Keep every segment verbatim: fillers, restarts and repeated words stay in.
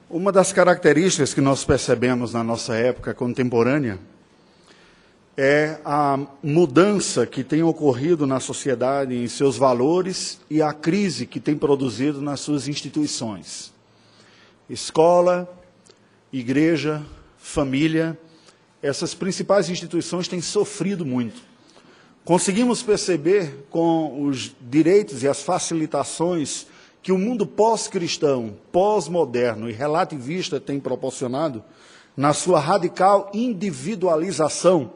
Uma das características que nós percebemos na nossa época contemporânea é a mudança que tem ocorrido na sociedade em seus valores e a crise que tem produzido nas suas instituições. Escola, igreja, família, essas principais instituições têm sofrido muito. Conseguimos perceber com os direitos e as facilitações que o mundo pós-cristão, pós-moderno e relativista tem proporcionado, na sua radical individualização,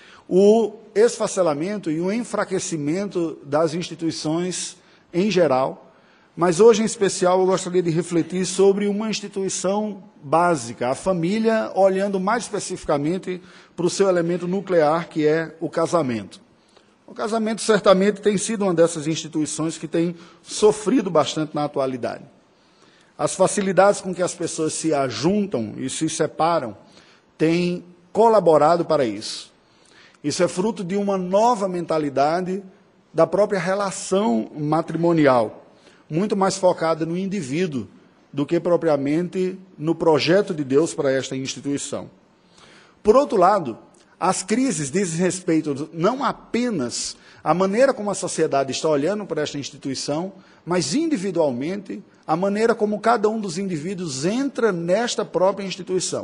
o esfacelamento e o enfraquecimento das instituições em geral, mas hoje em especial eu gostaria de refletir sobre uma instituição básica, a família, olhando mais especificamente para o seu elemento nuclear, que é o casamento. O casamento certamente tem sido uma dessas instituições que tem sofrido bastante na atualidade. As facilidades com que as pessoas se ajuntam e se separam têm colaborado para isso. Isso é fruto de uma nova mentalidade da própria relação matrimonial, muito mais focada no indivíduo do que propriamente no projeto de Deus para esta instituição. Por outro lado, as crises dizem respeito não apenas à maneira como a sociedade está olhando para esta instituição, mas individualmente a maneira como cada um dos indivíduos entra nesta própria instituição.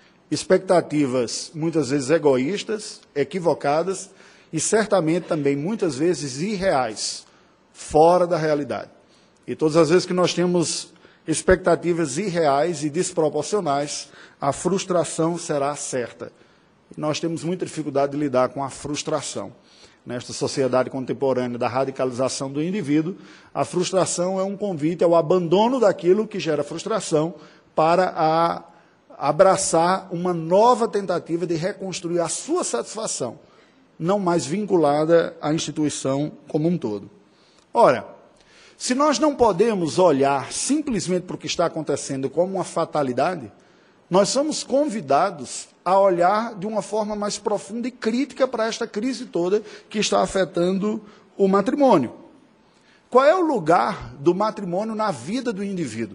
Expectativas muitas vezes egoístas, equivocadas e certamente também muitas vezes irreais, fora da realidade. E todas as vezes que nós temos expectativas irreais e desproporcionais, a frustração será certa. Nós temos muita dificuldade de lidar com a frustração. Nesta sociedade contemporânea da radicalização do indivíduo, a frustração é um convite ao abandono daquilo que gera frustração para a abraçar uma nova tentativa de reconstruir a sua satisfação, não mais vinculada à instituição como um todo. Ora, se nós não podemos olhar simplesmente para o que está acontecendo como uma fatalidade, nós somos convidados a olhar de uma forma mais profunda e crítica para esta crise toda que está afetando o matrimônio. Qual é o lugar do matrimônio na vida do indivíduo?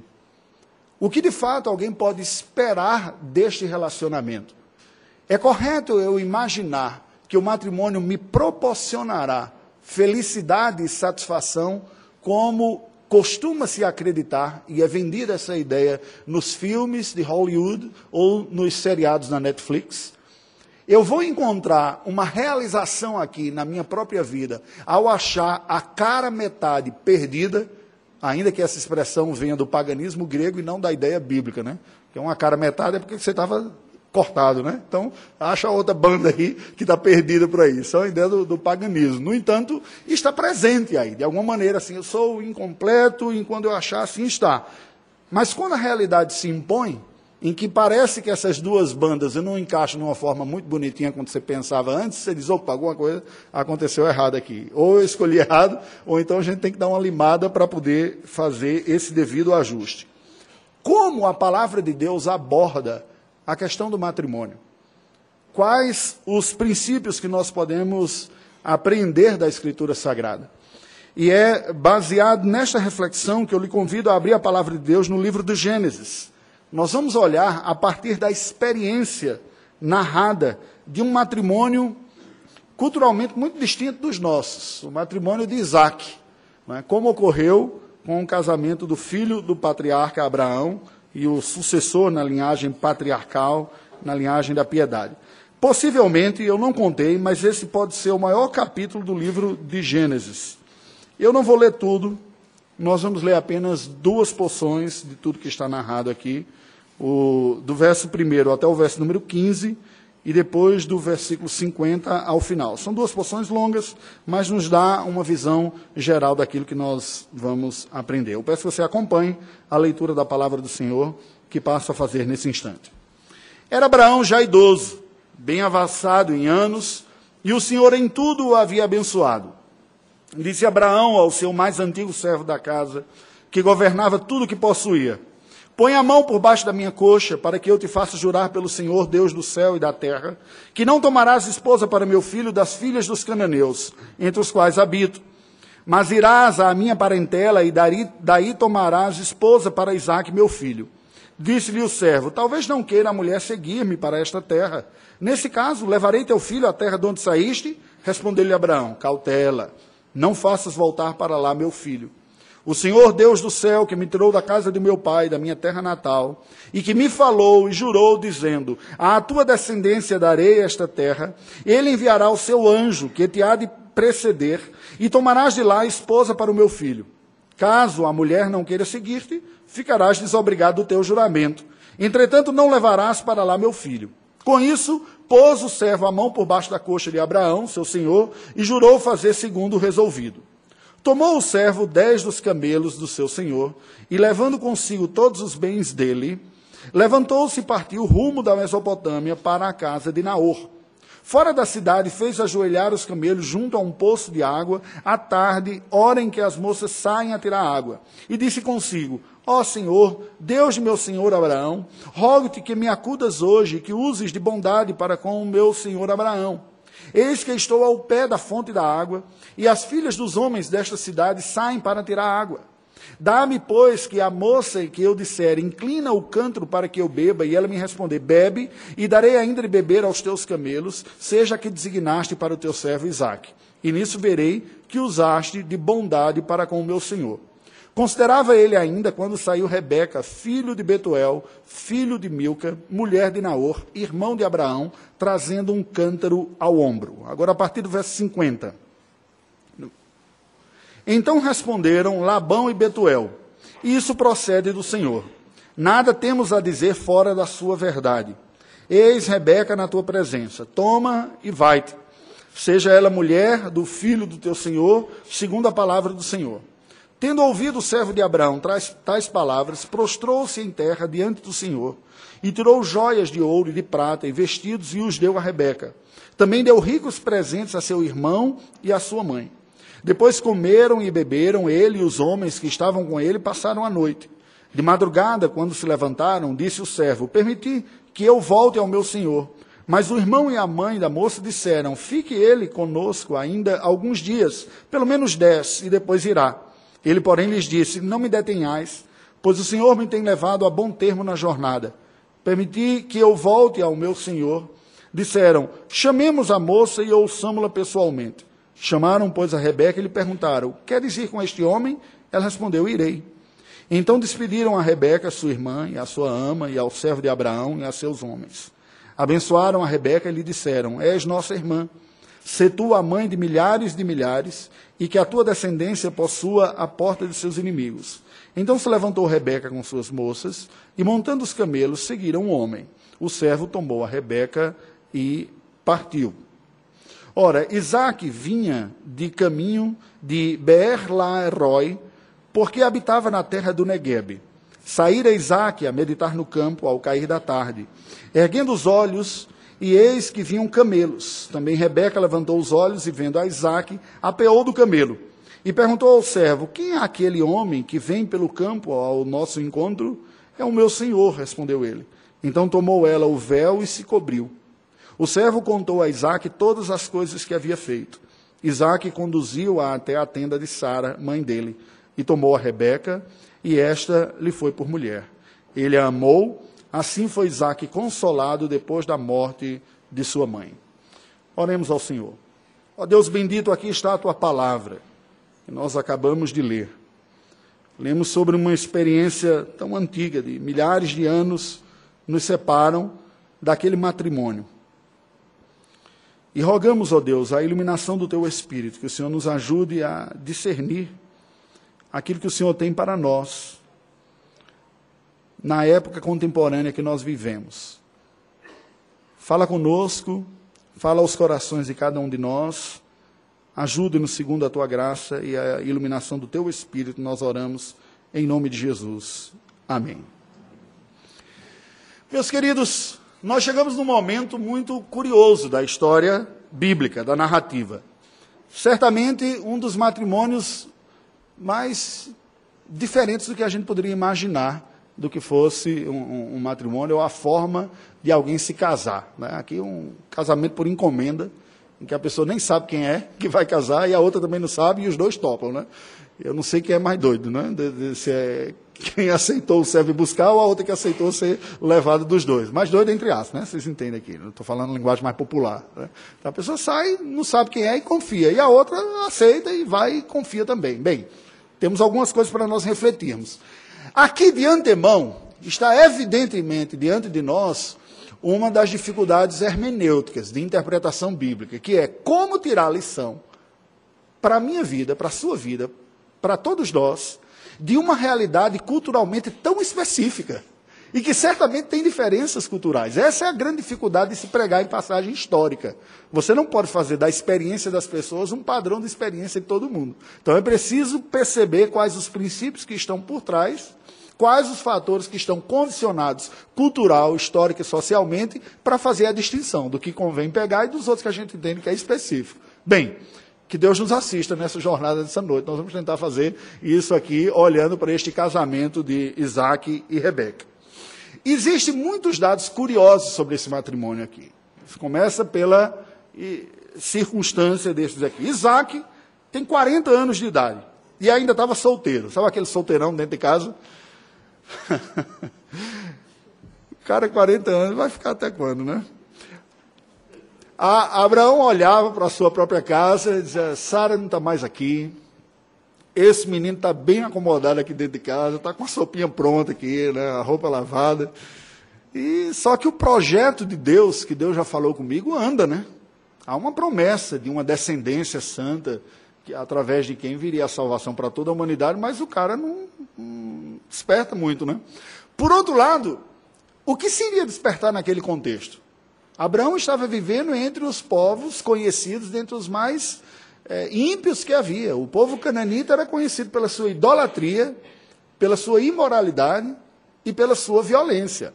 O que de fato alguém pode esperar deste relacionamento? É correto eu imaginar que o matrimônio me proporcionará felicidade e satisfação como costuma-se acreditar, e é vendida essa ideia nos filmes de Hollywood ou nos seriados na Netflix? Eu vou encontrar uma realização aqui na minha própria vida ao achar a cara metade perdida, ainda que essa expressão venha do paganismo grego e não da ideia bíblica, né? Porque uma cara metade é porque você estava cortado, né? Então, acha outra banda aí que está perdida por aí. Isso é uma ideia do, do paganismo. No entanto, está presente aí. De alguma maneira, assim, eu sou incompleto, e quando eu achar, assim está. Mas quando a realidade se impõe, em que parece que essas duas bandas não encaixam de uma forma muito bonitinha quando você pensava antes, você diz, opa, alguma coisa aconteceu errado aqui. Ou eu escolhi errado, ou então a gente tem que dar uma limada para poder fazer esse devido ajuste. Como a palavra de Deus aborda a questão do matrimônio? Quais os princípios que nós podemos aprender da Escritura Sagrada? E é baseado nesta reflexão que eu lhe convido a abrir a palavra de Deus no livro do Gênesis. Nós vamos olhar a partir da experiência narrada de um matrimônio culturalmente muito distinto dos nossos, o matrimônio de Isaac, né? Como ocorreu com o casamento do filho do patriarca Abraão e o sucessor na linhagem patriarcal, na linhagem da piedade. Possivelmente, eu não contei, mas esse pode ser o maior capítulo do livro de Gênesis. Eu não vou ler tudo, nós vamos ler apenas duas porções de tudo que está narrado aqui, o, do verso primeiro até o verso número quinze, e depois do versículo cinquenta ao final. São duas porções longas, mas nos dá uma visão geral daquilo que nós vamos aprender. Eu peço que você acompanhe a leitura da palavra do Senhor, que passo a fazer nesse instante. Era Abraão já idoso, bem avançado em anos, e o Senhor em tudo o havia abençoado. Disse Abraão ao seu mais antigo servo da casa, que governava tudo o que possuía: põe a mão por baixo da minha coxa, para que eu te faça jurar pelo Senhor, Deus do céu e da terra, que não tomarás esposa para meu filho das filhas dos cananeus, entre os quais habito, mas irás à minha parentela e daí, daí tomarás esposa para Isaque, meu filho. Disse-lhe o servo: talvez não queira a mulher seguir-me para esta terra. Nesse caso, levarei teu filho à terra de onde saíste? Respondeu-lhe Abraão: cautela, não faças voltar para lá meu filho. O Senhor Deus do céu, que me tirou da casa de meu pai, da minha terra natal, e que me falou e jurou, dizendo: à tua descendência darei esta terra, ele enviará o seu anjo, que te há de preceder, e tomarás de lá a esposa para o meu filho. Caso a mulher não queira seguir-te, ficarás desobrigado do teu juramento. Entretanto, não levarás para lá meu filho. Com isso, pôs o servo a mão por baixo da coxa de Abraão, seu senhor, e jurou fazer segundo o resolvido. Tomou o servo dez dos camelos do seu senhor, e levando consigo todos os bens dele, levantou-se e partiu rumo da Mesopotâmia para a casa de Naor. Fora da cidade, fez ajoelhar os camelos junto a um poço de água, à tarde, hora em que as moças saem a tirar água. E disse consigo: ó Senhor, Deus de meu senhor Abraão, rogo-te que me acudas hoje, que uses de bondade para com o meu senhor Abraão. Eis que estou ao pé da fonte da água, e as filhas dos homens desta cidade saem para tirar água. Dá-me, pois, que a moça que eu disser, inclina o cântaro para que eu beba, e ela me responder, bebe, e darei ainda de beber aos teus camelos, seja a que designaste para o teu servo Isaque. E nisso verei que usaste de bondade para com o meu senhor. Considerava ele ainda quando saiu Rebeca, filho de Betuel, filho de Milca, mulher de Naor, irmão de Abraão, trazendo um cântaro ao ombro. Agora, a partir do verso cinquenta. Então responderam Labão e Betuel: isso procede do Senhor. Nada temos a dizer fora da sua verdade. Eis Rebeca na tua presença. Toma e vai-te. Seja ela mulher do filho do teu senhor, segundo a palavra do Senhor. Tendo ouvido o servo de Abraão tais, tais palavras, prostrou-se em terra diante do Senhor, e tirou joias de ouro e de prata, e vestidos, e os deu a Rebeca. Também deu ricos presentes a seu irmão e a sua mãe. Depois comeram e beberam, ele e os homens que estavam com ele passaram a noite. De madrugada, quando se levantaram, disse o servo: permiti que eu volte ao meu senhor. Mas o irmão e a mãe da moça disseram: fique ele conosco ainda alguns dias, pelo menos dez, e depois irá. Ele, porém, lhes disse: não me detenhais, pois o Senhor me tem levado a bom termo na jornada. Permiti que eu volte ao meu senhor. Disseram: chamemos a moça e ouçamo-la pessoalmente. Chamaram, pois, a Rebeca e lhe perguntaram: queres ir com este homem? Ela respondeu: irei. Então despediram a Rebeca, sua irmã, e a sua ama, e ao servo de Abraão, e a seus homens. Abençoaram a Rebeca e lhe disseram: és nossa irmã. Sê tu a mãe de milhares de milhares, e que a tua descendência possua a porta de seus inimigos. Então se levantou Rebeca com suas moças, e montando os camelos, seguiram o homem. O servo tomou a Rebeca e partiu. Ora, Isaque vinha de caminho de Beer-la-Roi, porque habitava na terra do Neguebe. Saíra Isaque a meditar no campo ao cair da tarde. Erguendo os olhos, e eis que vinham camelos. Também Rebeca levantou os olhos e, vendo a Isaque, apeou do camelo. E perguntou ao servo: quem é aquele homem que vem pelo campo ao nosso encontro? É o meu senhor, respondeu ele. Então tomou ela o véu e se cobriu. O servo contou a Isaque todas as coisas que havia feito. Isaque conduziu-a até a tenda de Sara, mãe dele, e tomou a Rebeca, e esta lhe foi por mulher. Ele a amou. Assim foi Isaque consolado depois da morte de sua mãe. Oremos ao Senhor. Ó Deus bendito, aqui está a tua palavra, que nós acabamos de ler. Lemos sobre uma experiência tão antiga, de milhares de anos nos separam daquele matrimônio. E rogamos, ó Deus, a iluminação do teu Espírito, que o Senhor nos ajude a discernir aquilo que o Senhor tem para nós, na época contemporânea que nós vivemos. Fala conosco, fala aos corações de cada um de nós, ajude-nos segundo a tua graça e a iluminação do teu Espírito, nós oramos em nome de Jesus. Amém. Meus queridos, nós chegamos num momento muito curioso da história bíblica, da narrativa. Certamente um dos matrimônios mais diferentes do que a gente poderia imaginar do que fosse um, um, um matrimônio ou a forma de alguém se casar. Né? Aqui um casamento por encomenda, em que a pessoa nem sabe quem é que vai casar, e a outra também não sabe, e os dois topam, né? Eu não sei quem é mais doido, né? De, de, se é quem aceitou serve buscar ou a outra que aceitou ser levada dos dois. Mais doido entre aspas, né? Vocês entendem aqui, não estou falando linguagem mais popular. Né? Então a pessoa sai, não sabe quem é e confia, e a outra aceita e vai e confia também. Bem, temos algumas coisas para nós refletirmos. Aqui de antemão, está evidentemente diante de nós uma das dificuldades hermenêuticas de interpretação bíblica, que é como tirar a lição para a minha vida, para a sua vida, para todos nós, de uma realidade culturalmente tão específica, e que certamente tem diferenças culturais. Essa é a grande dificuldade de se pregar em passagem histórica. Você não pode fazer da experiência das pessoas um padrão de experiência de todo mundo. Então é preciso perceber quais os princípios que estão por trás, quais os fatores que estão condicionados cultural, histórica e socialmente, para fazer a distinção do que convém pegar e dos outros que a gente entende que é específico. Bem, que Deus nos assista nessa jornada dessa noite. Nós vamos tentar fazer isso aqui, olhando para este casamento de Isaac e Rebeca. Existem muitos dados curiosos sobre esse matrimônio aqui. Isso começa pela e, circunstância desses aqui. Isaac tem quarenta anos de idade e ainda estava solteiro. Sabe aquele solteirão dentro de casa? O cara, quarenta anos, vai ficar até quando, né? A, Abraão olhava para a sua própria casa e dizia, Sara não está mais aqui, esse menino está bem acomodado aqui dentro de casa, está com a sopinha pronta aqui, né, a roupa lavada. E, só que o projeto de Deus, que Deus já falou comigo, anda, né? Há uma promessa de uma descendência santa, que, através de quem viria a salvação para toda a humanidade, mas o cara não, não desperta muito, né? Por outro lado, o que se iria despertar naquele contexto? Abraão estava vivendo entre os povos conhecidos, dentre os mais é, ímpios que havia. O povo cananita era conhecido pela sua idolatria, pela sua imoralidade e pela sua violência.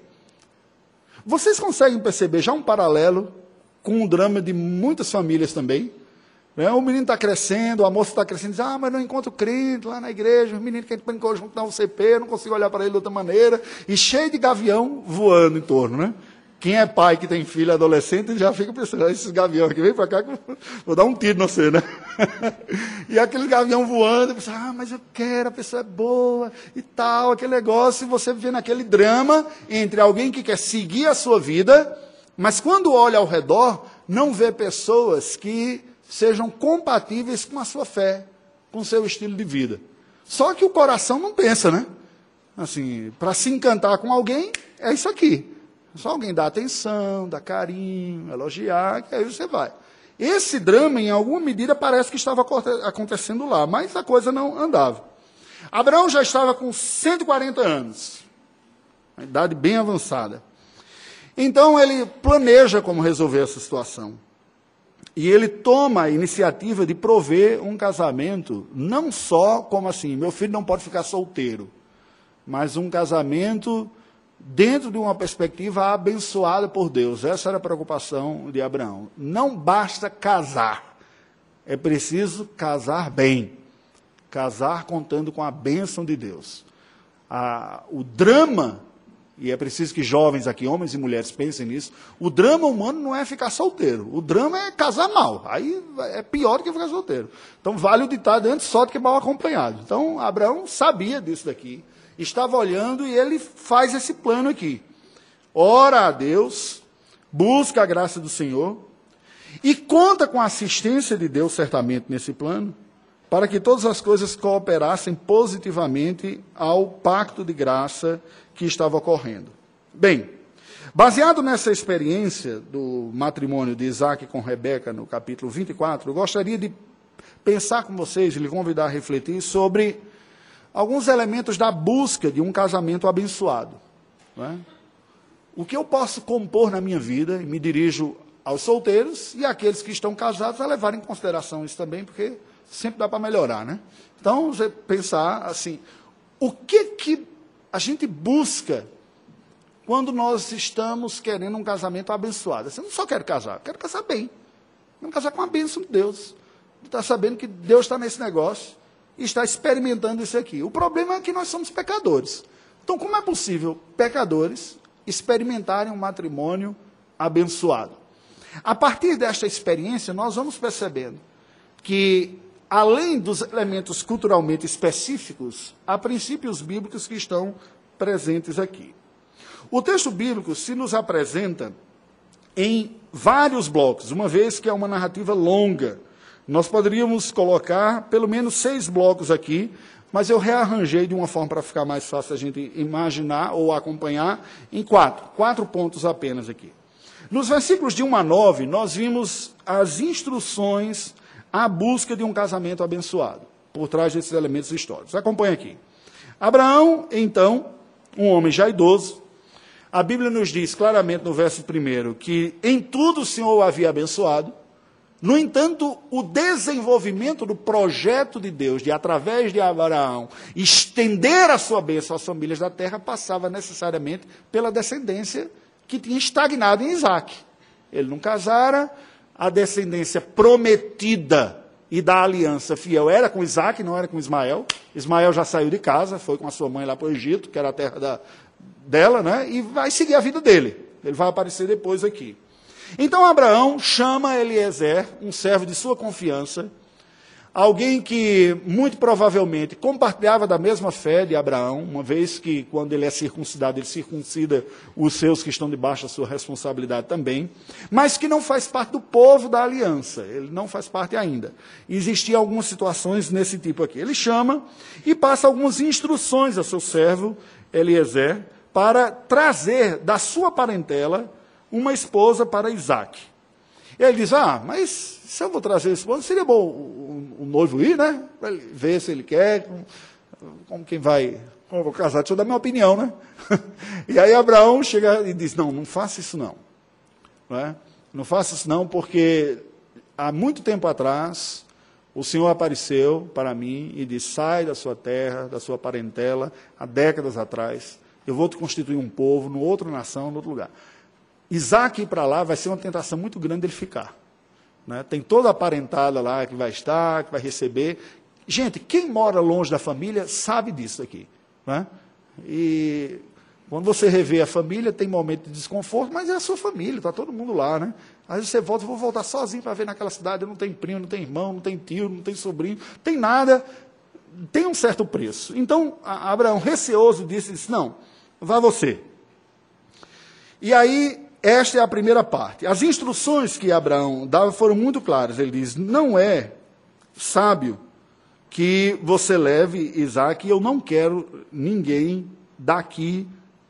Vocês conseguem perceber já um paralelo com o drama de muitas famílias também? Né? O menino está crescendo, a moça está crescendo, diz, ah, mas não encontro crente lá na igreja, o menino que a gente brincou junto na U C P, eu não consigo olhar para ele de outra maneira, e cheio de gavião voando em torno, né? Quem é pai que tem filho adolescente já fica pensando, esses gaviões aqui, vem para cá que eu vou dar um tiro no você, né? E aquele gavião voando, pensa, ah, mas eu quero, a pessoa é boa e tal, aquele negócio, e você vê naquele drama entre alguém que quer seguir a sua vida, mas quando olha ao redor, não vê pessoas que sejam compatíveis com a sua fé, com o seu estilo de vida. Só que o coração não pensa, né? Assim, para se encantar com alguém, é isso aqui. Só alguém dá atenção, dá carinho, elogiar, que aí você vai. Esse drama, em alguma medida, parece que estava acontecendo lá, mas a coisa não andava. Abraão já estava com cento e quarenta anos, uma idade bem avançada. Então, ele planeja como resolver essa situação. E ele toma a iniciativa de prover um casamento, não só como assim, meu filho não pode ficar solteiro, mas um casamento dentro de uma perspectiva abençoada por Deus. Essa era a preocupação de Abraão. Não basta casar, é preciso casar bem, casar contando com a bênção de Deus. A, o drama, e é preciso que jovens aqui, homens e mulheres, pensem nisso, o drama humano não é ficar solteiro, o drama é casar mal, aí é pior do que ficar solteiro. Então vale o ditado, antes só do que mal acompanhado. Então Abraão sabia disso daqui, estava olhando e ele faz esse plano aqui. Ora a Deus, busca a graça do Senhor e conta com a assistência de Deus, certamente, nesse plano, para que todas as coisas cooperassem positivamente ao pacto de graça que estava ocorrendo. Bem, baseado nessa experiência do matrimônio de Isaac com Rebeca, no capítulo vinte e quatro, eu gostaria de pensar com vocês e lhe convidar a refletir sobre alguns elementos da busca de um casamento abençoado. Não é? O que eu posso compor na minha vida, e me dirijo aos solteiros e àqueles que estão casados, a levar em consideração isso também, porque sempre dá para melhorar, né? Então, você pensar assim, o que, que a gente busca quando nós estamos querendo um casamento abençoado? Eu não só quero casar, eu quero casar bem. Eu quero casar com a bênção de Deus. Está sabendo que Deus está nesse negócio e está experimentando isso aqui. O problema é que nós somos pecadores. Então, como é possível pecadores experimentarem um matrimônio abençoado? A partir desta experiência, nós vamos percebendo que, além dos elementos culturalmente específicos, há princípios bíblicos que estão presentes aqui. O texto bíblico se nos apresenta em vários blocos, uma vez que é uma narrativa longa. Nós poderíamos colocar pelo menos seis blocos aqui, mas eu rearranjei de uma forma para ficar mais fácil a gente imaginar ou acompanhar em quatro, quatro pontos apenas aqui. Nos versículos de um a nove, nós vimos as instruções à busca de um casamento abençoado, por trás desses elementos históricos. Acompanhe aqui. Abraão, então, um homem já idoso, a Bíblia nos diz claramente no verso primeiro que em tudo o Senhor o havia abençoado. No entanto, o desenvolvimento do projeto de Deus, de através de Abraão, estender a sua bênção às famílias da terra, passava necessariamente pela descendência que tinha estagnado em Isaac. Ele não casara, a descendência prometida e da aliança fiel era com Isaac, não era com Ismael. Ismael já saiu de casa, foi com a sua mãe lá para o Egito, que era a terra da, dela, né? E vai seguir a vida dele. Ele vai aparecer depois aqui. Então Abraão chama Eliezer, um servo de sua confiança, alguém que muito provavelmente compartilhava da mesma fé de Abraão, uma vez que quando ele é circuncidado, ele circuncida os seus que estão debaixo da sua responsabilidade também, mas que não faz parte do povo da aliança, ele não faz parte ainda. Existiam algumas situações nesse tipo aqui. Ele chama e passa algumas instruções a seu servo Eliezer para trazer da sua parentela uma esposa para Isaac. E ele diz, ah, mas se eu vou trazer a esposa, seria bom o, o, o noivo ir, né? Para ele ver se ele quer, como, como quem vai, como eu vou casar, deixa eu dar minha opinião, né? E aí Abraão chega e diz, não, não faça isso não. Não, é? Não faça isso não, porque há muito tempo atrás, o Senhor apareceu para mim e disse, sai da sua terra, da sua parentela, há décadas atrás, eu vou te constituir um povo, numa outra nação, em outro lugar. Isaac ir para lá vai ser uma tentação muito grande ele ficar. Né? Tem toda a parentada lá que vai estar, que vai receber. Gente, quem mora longe da família sabe disso aqui. Né? E quando você revê a família, tem momento de desconforto, mas é a sua família, está todo mundo lá. Né? Às vezes você volta, eu vou voltar sozinho para ver naquela cidade, eu não tenho primo, não tenho irmão, não tenho tio, não tenho sobrinho, tem nada, tem um certo preço. Então, Abraão, receoso, disse, disse, não, vá você. E aí, esta é a primeira parte. As instruções que Abraão dava foram muito claras. Ele diz, não é sábio que você leve Isaac, e eu não quero ninguém daqui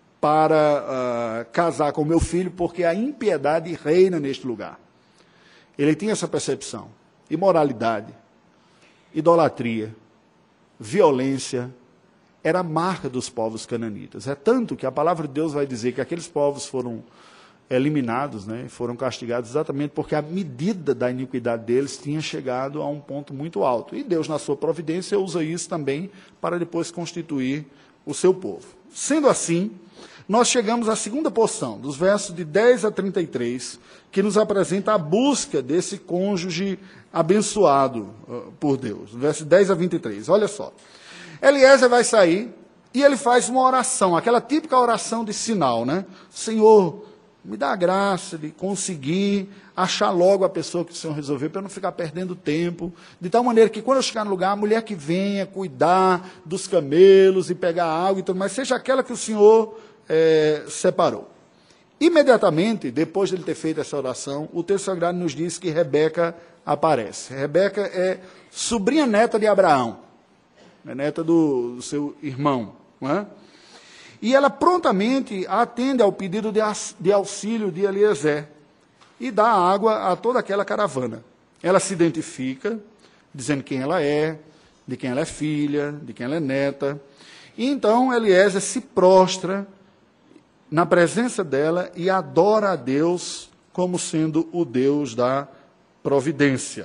para uh, casar com meu filho, porque a impiedade reina neste lugar. Ele tinha essa percepção. Imoralidade, idolatria, violência, era a marca dos povos cananitas. É tanto que a palavra de Deus vai dizer que aqueles povos foram eliminados, né, foram castigados exatamente porque a medida da iniquidade deles tinha chegado a um ponto muito alto. E Deus, na sua providência, usa isso também para depois constituir o seu povo. Sendo assim, nós chegamos à segunda porção, dos versos de dez a trinta e três, que nos apresenta a busca desse cônjuge abençoado uh, por Deus. Versos dez a vinte e três, olha só. Eliezer vai sair e ele faz uma oração, aquela típica oração de sinal, né? Senhor, me dá a graça de conseguir achar logo a pessoa que o Senhor resolveu, para eu não ficar perdendo tempo, de tal maneira que quando eu chegar no lugar, a mulher que venha cuidar dos camelos e pegar água e tudo mais, seja aquela que o Senhor é, separou. Imediatamente, depois de ele ter feito essa oração, o texto sagrado nos diz que Rebeca aparece. Rebeca é sobrinha neta de Abraão, é neta do, do seu irmão, não é? E ela prontamente atende ao pedido de auxílio de Eliezer e dá água a toda aquela caravana. Ela se identifica, dizendo quem ela é, de quem ela é filha, de quem ela é neta. E então Eliezer se prostra na presença dela e adora a Deus como sendo o Deus da providência.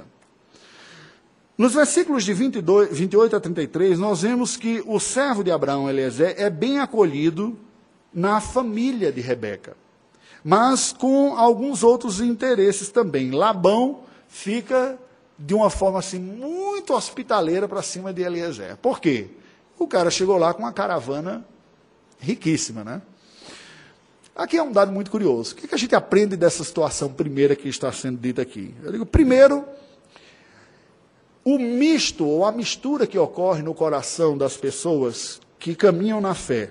Nos versículos de vinte e dois, vinte e oito a trinta e três, nós vemos que o servo de Abraão, Eliezer, é bem acolhido na família de Rebeca, mas com alguns outros interesses também. Labão fica de uma forma assim, muito hospitaleira para cima de Eliezer. Por quê? O cara chegou lá com uma caravana riquíssima, né? Aqui é um dado muito curioso. O que a gente aprende dessa situação primeira que está sendo dita aqui? Eu digo, primeiro, o misto, ou a mistura que ocorre no coração das pessoas que caminham na fé,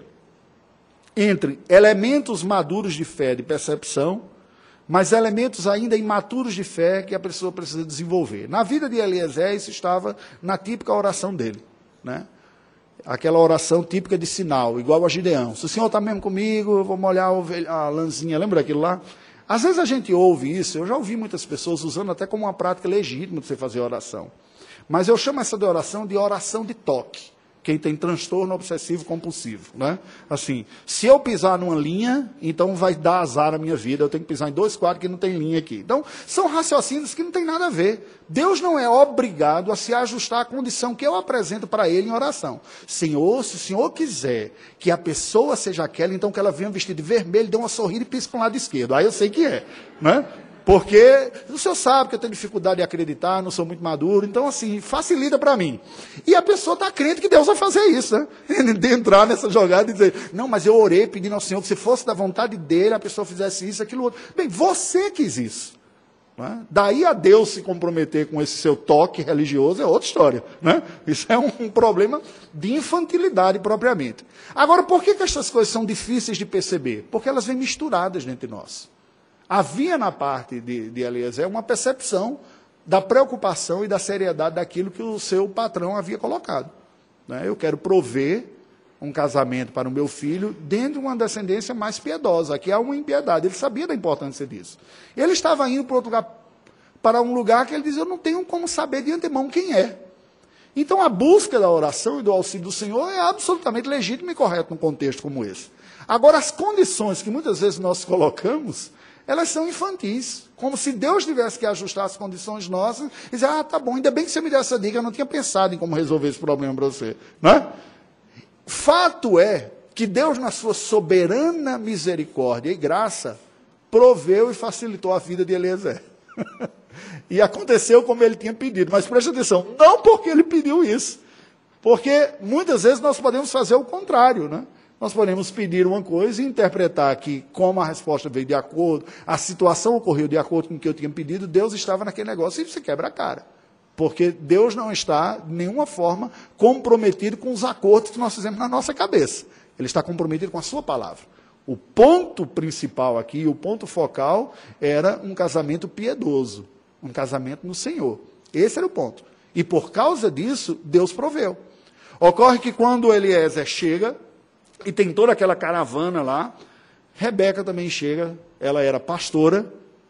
entre elementos maduros de fé, de percepção, mas elementos ainda imaturos de fé que a pessoa precisa desenvolver. Na vida de Eliezer, isso estava na típica oração dele, né? Aquela oração típica de sinal, igual a Gideão. Se o Senhor está mesmo comigo, eu vou molhar a, ovelha, a lãzinha. Lembra daquilo lá? Às vezes a gente ouve isso, eu já ouvi muitas pessoas usando até como uma prática legítima de você fazer oração. Mas eu chamo essa de oração de oração de toque. Quem tem transtorno obsessivo compulsivo, né? Assim, se eu pisar numa linha, então vai dar azar à minha vida, eu tenho que pisar em dois quadros que não tem linha aqui. Então, são raciocínios que não tem nada a ver. Deus não é obrigado a se ajustar à condição que eu apresento para ele em oração. Senhor, se o Senhor quiser que a pessoa seja aquela, então que ela venha vestida de vermelho, dê uma sorrida e pise para o lado esquerdo. Aí eu sei que é, né? Porque o senhor sabe que eu tenho dificuldade de acreditar, não sou muito maduro, então assim, facilita para mim. E a pessoa está crente que Deus vai fazer isso, né? De entrar nessa jogada e dizer, não, mas eu orei pedindo ao Senhor que se fosse da vontade dele, a pessoa fizesse isso, aquilo outro. Bem, você quis isso. Né? Daí a Deus se comprometer com esse seu toque religioso é outra história. Né? Isso é um, um problema de infantilidade propriamente. Agora, por que, que essas coisas são difíceis de perceber? Porque elas vêm misturadas dentro de nós. Havia na parte de, de Eliezer uma percepção da preocupação e da seriedade daquilo que o seu patrão havia colocado. Né? Eu quero prover um casamento para o meu filho dentro de uma descendência mais piedosa. Aqui há uma impiedade. Ele sabia da importância disso. Ele estava indo para outro lugar, para um lugar que ele dizia, eu não tenho como saber de antemão quem é. Então a busca da oração e do auxílio do Senhor é absolutamente legítima e correta num contexto como esse. Agora, as condições que muitas vezes nós colocamos, elas são infantis, como se Deus tivesse que ajustar as condições nossas e dizer, ah, tá bom, ainda bem que você me deu essa dica, eu não tinha pensado em como resolver esse problema para você. Né? Fato é que Deus, na sua soberana misericórdia e graça, proveu e facilitou a vida de Eliezer. E aconteceu como ele tinha pedido, mas preste atenção, não porque ele pediu isso, porque muitas vezes nós podemos fazer o contrário, né? Nós podemos pedir uma coisa e interpretar que, como a resposta veio de acordo, a situação ocorreu de acordo com o que eu tinha pedido, Deus estava naquele negócio, e você quebra a cara. Porque Deus não está, de nenhuma forma, comprometido com os acordos que nós fizemos na nossa cabeça. Ele está comprometido com a sua palavra. O ponto principal aqui, o ponto focal, era um casamento piedoso, um casamento no Senhor. Esse era o ponto. E por causa disso, Deus proveu. Ocorre que quando Eliezer chega, e tem toda aquela caravana lá, Rebeca também chega, ela era pastora,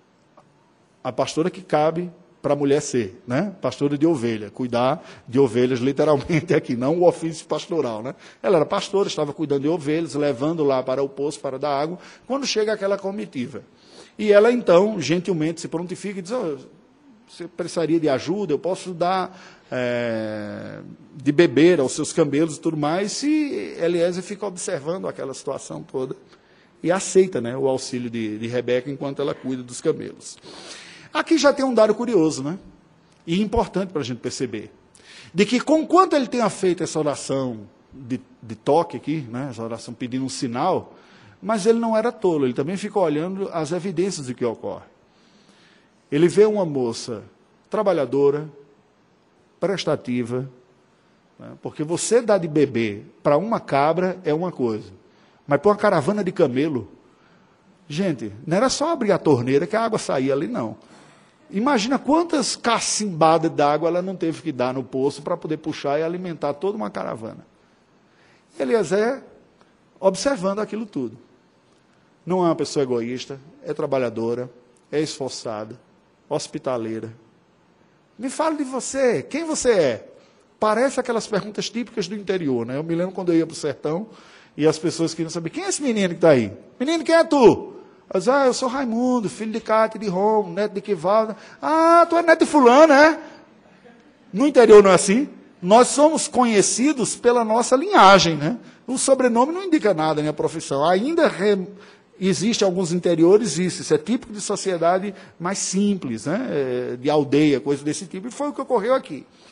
a pastora que cabe para a mulher ser, né? Pastora de ovelha, cuidar de ovelhas literalmente aqui, não o ofício pastoral, né? Ela era pastora, estava cuidando de ovelhas, levando lá para o poço para dar água, quando chega aquela comitiva. E ela então, gentilmente, se prontifica e diz, oh, você precisaria de ajuda, eu posso dar é, de beber aos seus camelos e tudo mais, e Eliezer fica observando aquela situação toda e aceita, né, o auxílio de, de Rebeca enquanto ela cuida dos camelos. Aqui já tem um dado curioso, né, e importante para a gente perceber, de que conquanto ele tenha feito essa oração de, de toque aqui, né, essa oração pedindo um sinal, mas ele não era tolo, ele também fica olhando as evidências do que ocorre. Ele vê uma moça trabalhadora, prestativa, né? Porque você dá de beber para uma cabra é uma coisa, mas para uma caravana de camelo, gente, não era só abrir a torneira que a água saía ali, não. Imagina quantas cacimbadas d'água ela não teve que dar no poço para poder puxar e alimentar toda uma caravana. Eliezer observando aquilo tudo. Não é uma pessoa egoísta, é trabalhadora, é esforçada, hospitaleira. Me fale de você, quem você é? Parece aquelas perguntas típicas do interior, né? Eu me lembro quando eu ia para o sertão e as pessoas queriam saber, quem é esse menino que está aí? Menino, quem é tu? Eu disse, ah, eu sou Raimundo, filho de Cátia de Romo, neto de Quivalda. Ah, tu é neto de fulano, é? No interior não é assim? Nós somos conhecidos pela nossa linhagem, né? O sobrenome não indica nada, né, a profissão. Ainda re... existe alguns interiores isso, isso é típico de sociedade mais simples, né? De aldeia, coisa desse tipo, e foi o que ocorreu aqui.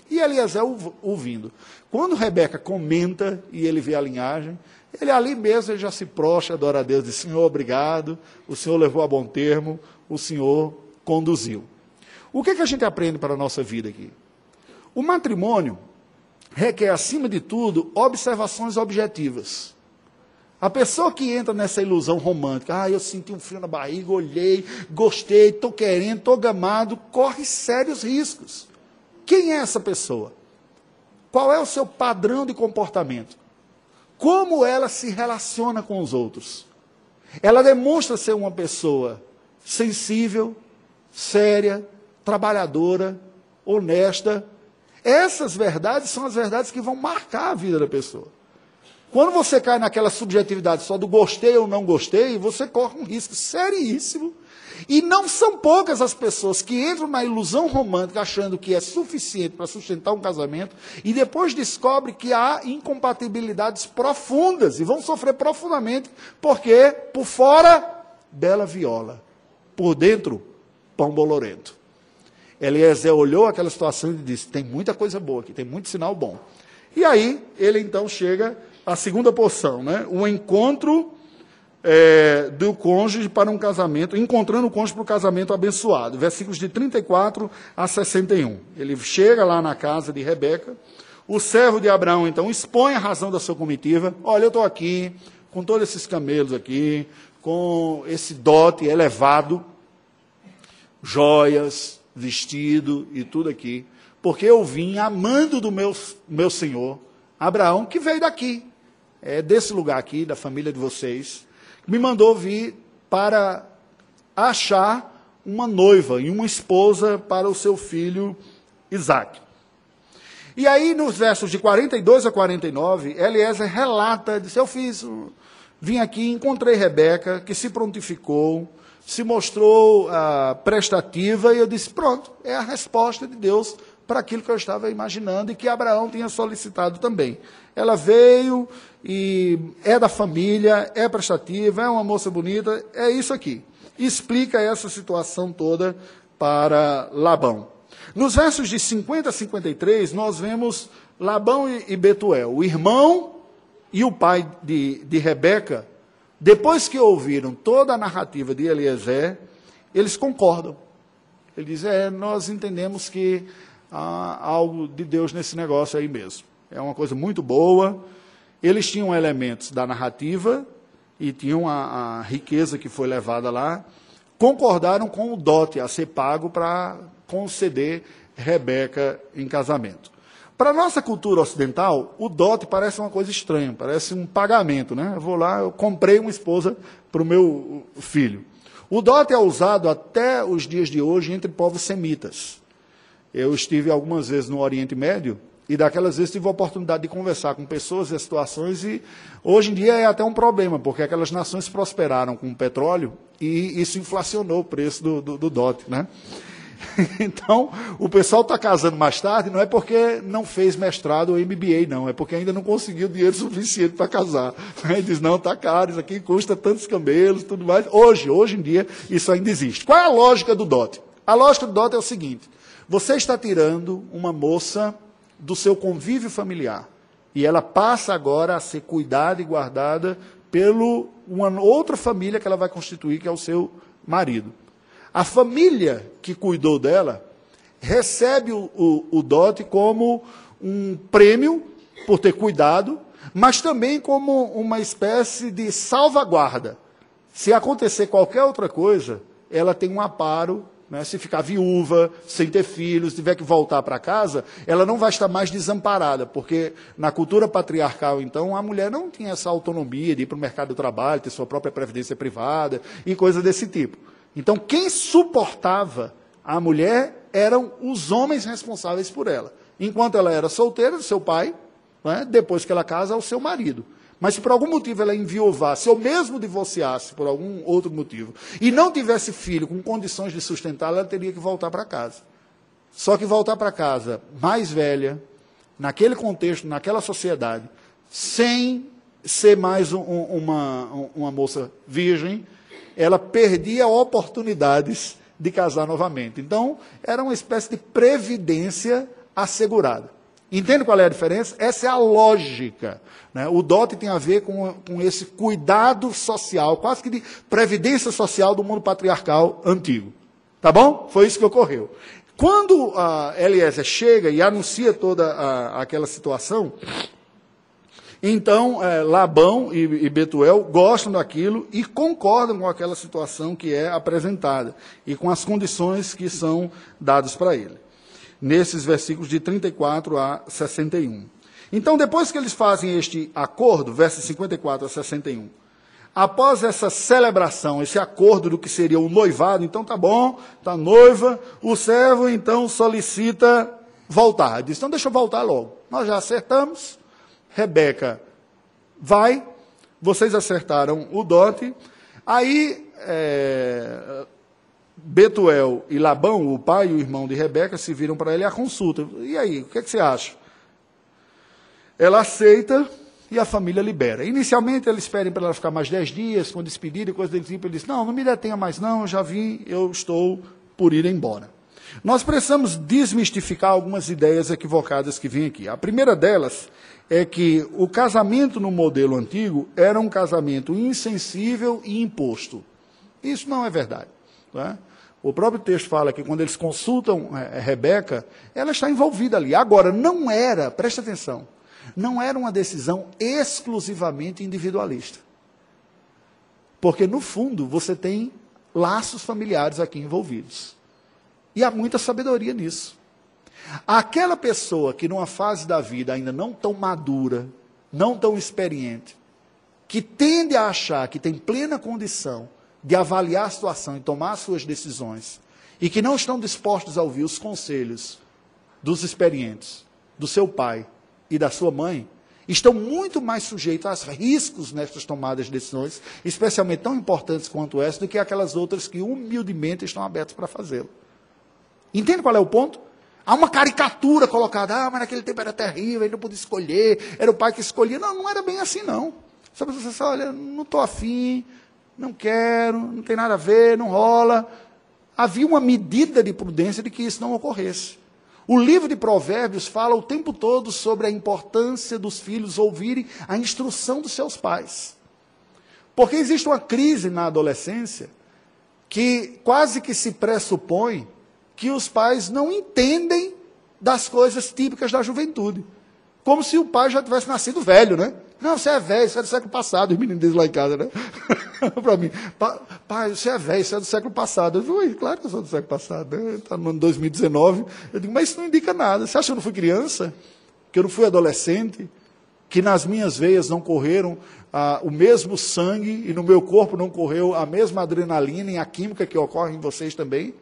E Eliezer ouvindo. Quando Rebeca comenta e ele vê a linhagem, ele ali mesmo ele já se prostra, adora a Deus, diz, Senhor, obrigado, o Senhor levou a bom termo, o Senhor conduziu. O que, é que a gente aprende para a nossa vida aqui? O matrimônio requer, acima de tudo, observações objetivas. A pessoa que entra nessa ilusão romântica, ah, eu senti um frio na barriga, olhei, gostei, estou querendo, estou gamado, corre sérios riscos. Quem é essa pessoa? Qual é o seu padrão de comportamento? Como ela se relaciona com os outros? Ela demonstra ser uma pessoa sensível, séria, trabalhadora, honesta. Essas verdades são as verdades que vão marcar a vida da pessoa. Quando você cai naquela subjetividade só do gostei ou não gostei, você corre um risco seríssimo. E não são poucas as pessoas que entram na ilusão romântica achando que é suficiente para sustentar um casamento e depois descobrem que há incompatibilidades profundas e vão sofrer profundamente porque, por fora, bela viola, por dentro, pão bolorento. Eliezer olhou aquela situação e disse, tem muita coisa boa aqui, tem muito sinal bom. E aí, ele então chega à segunda porção, né? O encontro é, do cônjuge para um casamento, encontrando o cônjuge para o casamento abençoado, versículos de trinta e quatro a sessenta e um. Ele chega lá na casa de Rebeca, o servo de Abraão, então, expõe a razão da sua comitiva, olha, eu estou aqui, com todos esses camelos aqui, com esse dote elevado, joias, vestido e tudo aqui, porque eu vim amando do meu, meu senhor, Abraão, que veio daqui, é desse lugar aqui, da família de vocês, me mandou vir para achar uma noiva e uma esposa para o seu filho Isaque. E aí, nos versos de quarenta e dois a quarenta e nove, Eliezer relata, disse, eu fiz, vim aqui, encontrei Rebeca, que se prontificou, se mostrou ah, prestativa, e eu disse, pronto, é a resposta de Deus para aquilo que eu estava imaginando e que Abraão tinha solicitado também. Ela veio e é da família, é prestativa, é uma moça bonita, é isso aqui. Explica essa situação toda para Labão. Nos versos de cinquenta a cinquenta e três, nós vemos Labão e Betuel, o irmão e o pai de, de Rebeca, depois que ouviram toda a narrativa de Eliezer, eles concordam. Ele diz, é, nós entendemos que há algo de Deus nesse negócio aí mesmo. É uma coisa muito boa. Eles tinham elementos da narrativa e tinham a, a riqueza que foi levada lá. Concordaram com o dote a ser pago para conceder Rebeca em casamento. Para a nossa cultura ocidental, o dote parece uma coisa estranha, parece um pagamento, né? Eu vou lá, eu comprei uma esposa para o meu filho. O dote é usado até os dias de hoje entre povos semitas. Eu estive algumas vezes no Oriente Médio e daquelas vezes tive a oportunidade de conversar com pessoas e situações e hoje em dia é até um problema, porque aquelas nações prosperaram com o petróleo e isso inflacionou o preço do, do, do dote, né? Então, o pessoal está casando mais tarde, não é porque não fez mestrado ou M B A, não, é porque ainda não conseguiu dinheiro suficiente para casar. Aí diz, não, está caro, isso aqui custa tantos camelos, tudo mais. Hoje, hoje em dia, isso ainda existe. Qual é a lógica do dote? A lógica do dote é o seguinte, você está tirando uma moça do seu convívio familiar, e ela passa agora a ser cuidada e guardada pela uma outra família que ela vai constituir, que é o seu marido. A família que cuidou dela recebe o, o, o dote como um prêmio por ter cuidado, mas também como uma espécie de salvaguarda. Se acontecer qualquer outra coisa, ela tem um amparo, né? Se ficar viúva, sem ter filhos, tiver que voltar para casa, ela não vai estar mais desamparada, porque na cultura patriarcal, então, a mulher não tinha essa autonomia de ir para o mercado do trabalho, ter sua própria previdência privada e coisas desse tipo. Então, quem suportava a mulher eram os homens responsáveis por ela. Enquanto ela era solteira, do seu pai, né, depois que ela casa, o seu marido. Mas se por algum motivo ela enviuvasse, ou mesmo divorciasse por algum outro motivo, e não tivesse filho com condições de sustentá-la, ela teria que voltar para casa. Só que voltar para casa mais velha, naquele contexto, naquela sociedade, sem ser mais um, uma, uma moça virgem, ela perdia oportunidades de casar novamente. Então, era uma espécie de previdência assegurada. Entende qual é a diferença? Essa é a lógica, né? O dote tem a ver com, com esse cuidado social, quase que de previdência social do mundo patriarcal antigo. Tá bom? Foi isso que ocorreu. Quando a Eliezer chega e anuncia toda a, aquela situação, então é, Labão e, e Betuel gostam daquilo e concordam com aquela situação que é apresentada e com as condições que são dadas para ele, nesses versículos de trinta e quatro a sessenta e um. Então, depois que eles fazem este acordo, versos cinquenta e quatro a sessenta e um, após essa celebração, esse acordo do que seria o noivado, então tá bom, tá noiva, o servo então solicita voltar. Diz, então deixa eu voltar logo. Nós já acertamos, Rebeca vai, vocês acertaram o dote, aí é, Betuel e Labão, o pai e o irmão de Rebeca, se viram para ele a consulta. E aí, o que, é que você acha? Ela aceita e a família libera. Inicialmente, eles pedem para ela ficar mais dez dias, com despedida e coisa desse tipo. Ele diz, não, não me detenha mais não, eu já vim, eu estou por ir embora. Nós precisamos desmistificar algumas ideias equivocadas que vêm aqui. A primeira delas é que o casamento no modelo antigo era um casamento insensível e imposto. Isso não é verdade. Tá? O próprio texto fala que quando eles consultam é, Rebeca, ela está envolvida ali. Agora, não era, presta atenção, não era uma decisão exclusivamente individualista. Porque, no fundo, você tem laços familiares aqui envolvidos. E há muita sabedoria nisso. Aquela pessoa que numa fase da vida ainda não tão madura, não tão experiente, que tende a achar que tem plena condição de avaliar a situação e tomar suas decisões, e que não estão dispostos a ouvir os conselhos dos experientes, do seu pai e da sua mãe, estão muito mais sujeitos a riscos nessas tomadas de decisões, especialmente tão importantes quanto essa, do que aquelas outras que humildemente estão abertas para fazê-lo. Entende qual é o ponto? Há uma caricatura colocada, ah, mas naquele tempo era terrível, ele não podia escolher, era o pai que escolhia. Não, não era bem assim, não. Só para você dizer, olha, não estou afim, não quero, não tem nada a ver, não rola. Havia uma medida de prudência de que isso não ocorresse. O livro de Provérbios fala o tempo todo sobre a importância dos filhos ouvirem a instrução dos seus pais. Porque existe uma crise na adolescência que quase que se pressupõe que os pais não entendem das coisas típicas da juventude. Como se o pai já tivesse nascido velho, né? Não, você é velho, você é do século passado, os meninos dizem lá em casa, né? Para mim, pai, você é velho, você é do século passado. Eu digo, ui, claro que eu sou do século passado, né? Está no ano dois mil e dezenove. Eu digo, mas isso não indica nada. Você acha que eu não fui criança? Que eu não fui adolescente? Que nas minhas veias não correram ah, o mesmo sangue e no meu corpo não correu a mesma adrenalina e a química que ocorre em vocês também?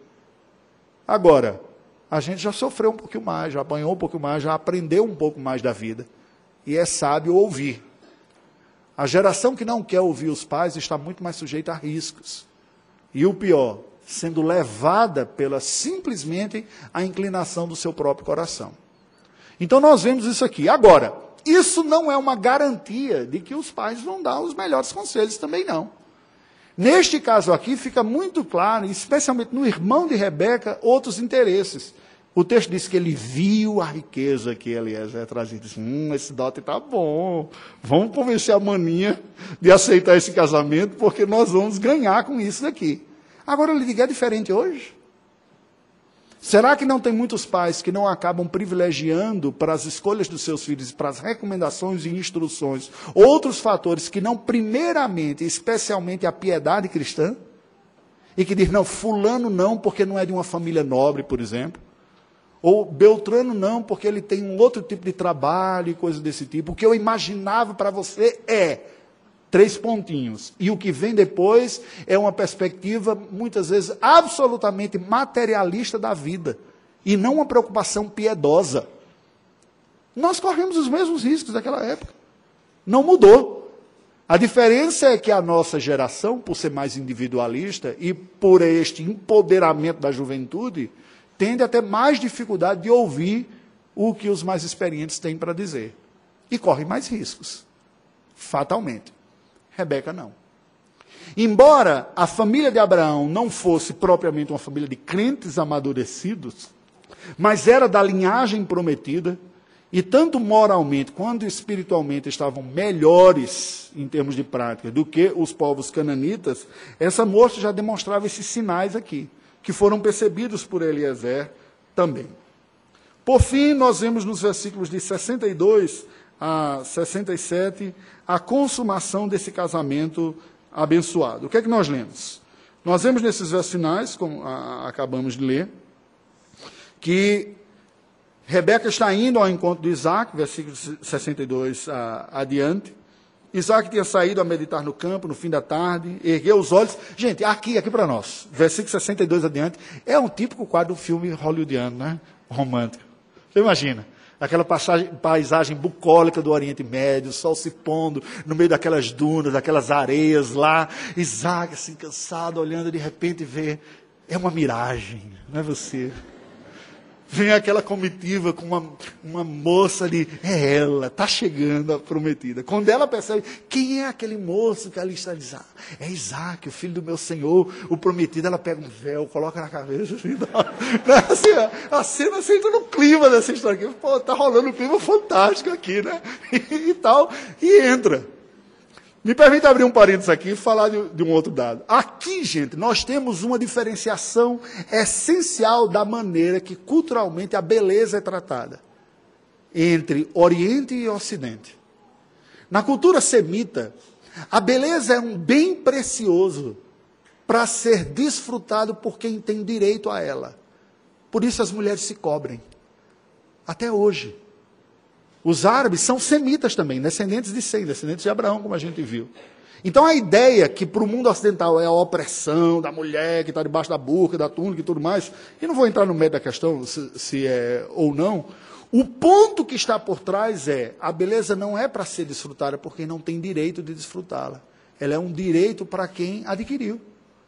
Agora, a gente já sofreu um pouquinho mais, já apanhou um pouquinho mais, já aprendeu um pouco mais da vida. E é sábio ouvir. A geração que não quer ouvir os pais está muito mais sujeita a riscos. E o pior, sendo levada pela simplesmente a inclinação do seu próprio coração. Então nós vemos isso aqui. Agora, isso não é uma garantia de que os pais vão dar os melhores conselhos também não. Neste caso aqui fica muito claro, especialmente no irmão de Rebeca, outros interesses. O texto diz que ele viu a riqueza que Eliezer trazia. Disse, hum, esse dote está bom. Vamos convencer a maninha de aceitar esse casamento, porque nós vamos ganhar com isso daqui. Agora, eu lhe digo, é diferente hoje? Será que não tem muitos pais que não acabam privilegiando para as escolhas dos seus filhos, para as recomendações e instruções, outros fatores que não primeiramente, especialmente a piedade cristã? E que diz, não, fulano não, porque não é de uma família nobre, por exemplo. Ou Beltrano não, porque ele tem um outro tipo de trabalho e coisa desse tipo. O que eu imaginava para você é três pontinhos. E o que vem depois é uma perspectiva, muitas vezes, absolutamente materialista da vida. E não uma preocupação piedosa. Nós corremos os mesmos riscos daquela época. Não mudou. A diferença é que a nossa geração, por ser mais individualista e por este empoderamento da juventude, tende a ter mais dificuldade de ouvir o que os mais experientes têm para dizer. E corre mais riscos. Fatalmente. Rebeca não. Embora a família de Abraão não fosse propriamente uma família de crentes amadurecidos, mas era da linhagem prometida, e tanto moralmente quanto espiritualmente estavam melhores em termos de prática do que os povos cananitas, essa moça já demonstrava esses sinais aqui, que foram percebidos por Eliezer também. Por fim, nós vemos nos versículos de sessenta e dois a sessenta e sete a consumação desse casamento abençoado. O que é que nós lemos? Nós vemos nesses versos finais, como a, acabamos de ler, que Rebeca está indo ao encontro de Isaac, versículo sessenta e dois a, adiante. Isaac tinha saído a meditar no campo, no fim da tarde, ergueu os olhos. Gente, aqui, aqui para nós, versículo sessenta e dois adiante, é um típico quadro do filme hollywoodiano, né? Romântico. Você imagina, aquela passagem, paisagem bucólica do Oriente Médio, o sol se pondo no meio daquelas dunas, daquelas areias lá, Isaac assim cansado, olhando, de repente vê, é uma miragem, não é você? Vem aquela comitiva com uma, uma moça ali, é ela, está chegando a prometida. Quando ela percebe, quem é aquele moço que ali está? Diz, ah, é Isaac, o filho do meu Senhor, o prometido. Ela pega um véu, coloca na cabeça, assim, assim a cena assim, entra no clima dessa história aqui. Pô, está rolando um clima fantástico aqui, né? E, e tal, e entra. Me permita abrir um parênteses aqui e falar de, de um outro dado. Aqui, gente, nós temos uma diferenciação essencial da maneira que culturalmente a beleza é tratada entre Oriente e Ocidente. Na cultura semita, a beleza é um bem precioso para ser desfrutado por quem tem direito a ela. Por isso as mulheres se cobrem. Até hoje. Os árabes são semitas também, descendentes de Sem, descendentes de Abraão, como a gente viu. Então a ideia que para o mundo ocidental é a opressão da mulher que está debaixo da burca, da túnica e tudo mais, e não vou entrar no meio da questão se, se é ou não, o ponto que está por trás é, a beleza não é para ser desfrutada por quem não tem direito de desfrutá-la. Ela é um direito para quem adquiriu.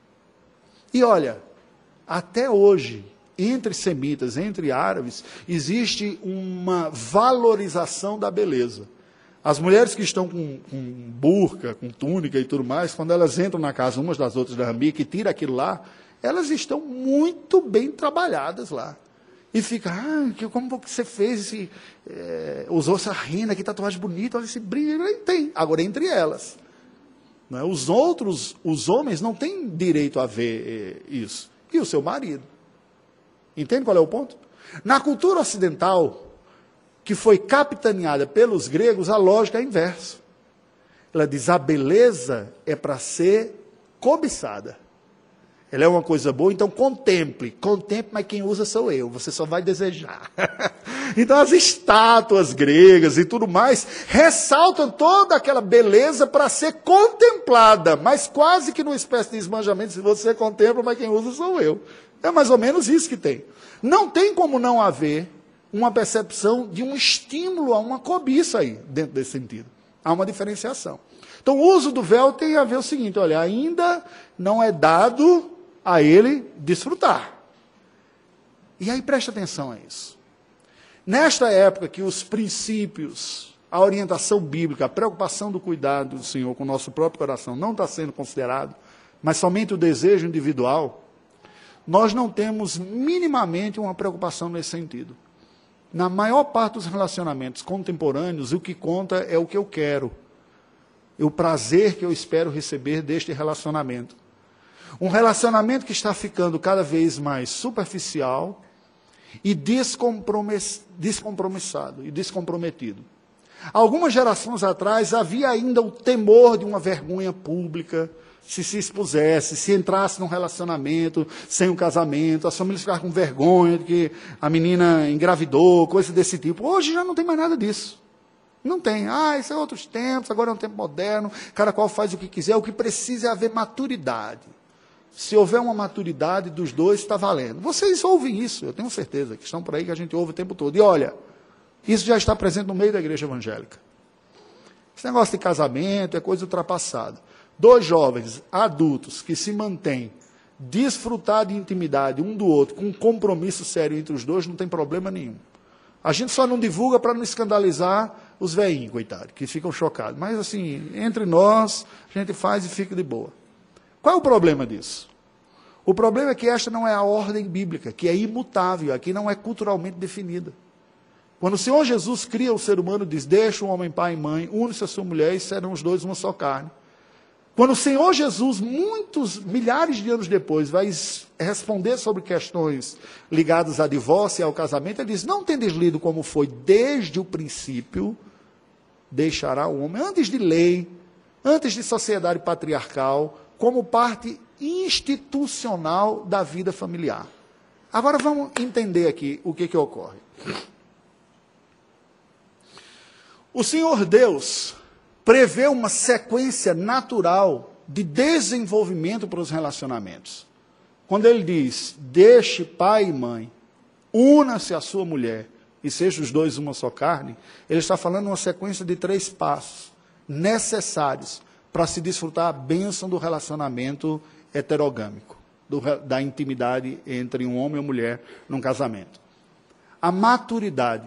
E olha, até hoje, entre semitas, entre árabes, existe uma valorização da beleza. As mulheres que estão com, com burca, com túnica e tudo mais, quando elas entram na casa umas das outras da Rambi, que tira aquilo lá, elas estão muito bem trabalhadas lá. E fica, ah, que, como você fez esse, é, usou essa rena, que tatuagem bonita, olha esse brilho, tem. Agora, entre elas. Não é? Os outros, os homens não têm direito a ver é, isso. E o seu marido. Entende qual é o ponto? Na cultura ocidental, que foi capitaneada pelos gregos, a lógica é a inversa. Ela diz, a beleza é para ser cobiçada. Ela é uma coisa boa, então contemple. Contemple, mas quem usa sou eu, você só vai desejar. Então as estátuas gregas e tudo mais, ressaltam toda aquela beleza para ser contemplada, mas quase que numa espécie de esbanjamento, se você contempla, mas quem usa sou eu. É mais ou menos isso que tem. Não tem como não haver uma percepção de um estímulo a uma cobiça aí, dentro desse sentido. Há uma diferenciação. Então, o uso do véu tem a ver o seguinte, olha, ainda não é dado a ele desfrutar. E aí, preste atenção a isso. Nesta época que os princípios, a orientação bíblica, a preocupação do cuidado do Senhor com o nosso próprio coração não está sendo considerado, mas somente o desejo individual, nós não temos minimamente uma preocupação nesse sentido. Na maior parte dos relacionamentos contemporâneos, o que conta é o que eu quero, é o prazer que eu espero receber deste relacionamento. Um relacionamento que está ficando cada vez mais superficial e descompromiss, descompromissado e descomprometido. Algumas gerações atrás havia ainda o temor de uma vergonha pública, se se expusesse, se entrasse num relacionamento sem um casamento, as famílias ficavam com vergonha de que a menina engravidou, coisa desse tipo. Hoje já não tem mais nada disso. Não tem. Ah, isso é outros tempos, agora é um tempo moderno, cada qual faz o que quiser, o que precisa é haver maturidade. Se houver uma maturidade dos dois, está valendo. Vocês ouvem isso, eu tenho certeza, que estão por aí, que a gente ouve o tempo todo. E olha, isso já está presente no meio da igreja evangélica. Esse negócio de casamento é coisa ultrapassada. Dois jovens adultos que se mantêm desfrutar de intimidade um do outro, com um compromisso sério entre os dois, não tem problema nenhum. A gente só não divulga para não escandalizar os velhinhos, coitados, que ficam chocados. Mas assim, entre nós, a gente faz e fica de boa. Qual é o problema disso? O problema é que esta não é a ordem bíblica, que é imutável, aqui não é culturalmente definida. Quando o Senhor Jesus cria o ser humano, diz, deixa o homem pai e mãe, une-se a sua mulher e serão os dois uma só carne. Quando o Senhor Jesus, muitos, milhares de anos depois, vai responder sobre questões ligadas a divórcio e ao casamento, ele diz, não tendes lido como foi desde o princípio, deixará o homem, antes de lei, antes de sociedade patriarcal, como parte institucional da vida familiar. Agora vamos entender aqui o que, que ocorre. O Senhor Deus prevê uma sequência natural de desenvolvimento para os relacionamentos. Quando ele diz, deixe pai e mãe, una-se à sua mulher e sejam os dois uma só carne, ele está falando uma sequência de três passos necessários para se desfrutar a bênção do relacionamento heterogâmico, do, da intimidade entre um homem e uma mulher num casamento. A maturidade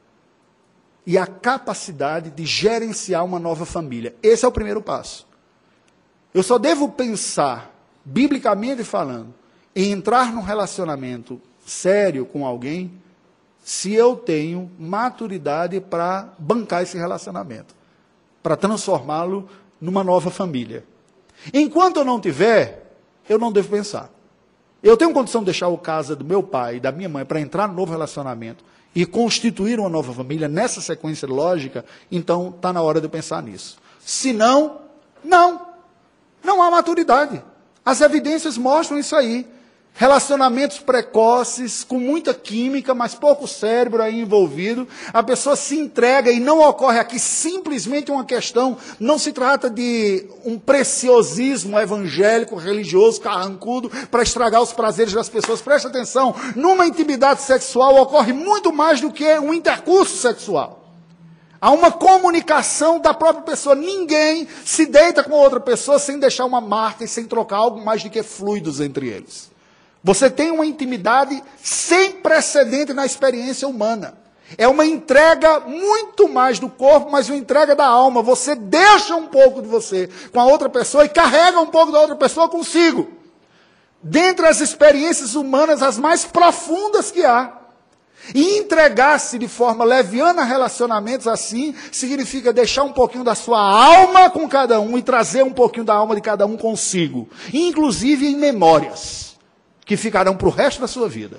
e a capacidade de gerenciar uma nova família. Esse é o primeiro passo. Eu só devo pensar, biblicamente falando, em entrar num relacionamento sério com alguém, se eu tenho maturidade para bancar esse relacionamento, para transformá-lo numa nova família. Enquanto eu não tiver, eu não devo pensar. Eu tenho condição de deixar a casa do meu pai e da minha mãe para entrar no novo relacionamento e constituir uma nova família nessa sequência lógica, então está na hora de eu pensar nisso. Se não, não. Não há maturidade. As evidências mostram isso aí. Relacionamentos precoces, com muita química, mas pouco cérebro aí envolvido. A pessoa se entrega e não ocorre aqui simplesmente uma questão, não se trata de um preciosismo evangélico, religioso, carrancudo, para estragar os prazeres das pessoas. Preste atenção, numa intimidade sexual ocorre muito mais do que um intercurso sexual. Há uma comunicação da própria pessoa. Ninguém se deita com outra pessoa sem deixar uma marca e sem trocar algo mais do que fluidos entre eles. Você tem uma intimidade sem precedente na experiência humana. É uma entrega muito mais do corpo, mas uma entrega da alma. Você deixa um pouco de você com a outra pessoa e carrega um pouco da outra pessoa consigo. Dentre as experiências humanas, as mais profundas que há. E entregar-se de forma leviana a relacionamentos assim, significa deixar um pouquinho da sua alma com cada um e trazer um pouquinho da alma de cada um consigo. Inclusive em memórias que ficarão para o resto da sua vida.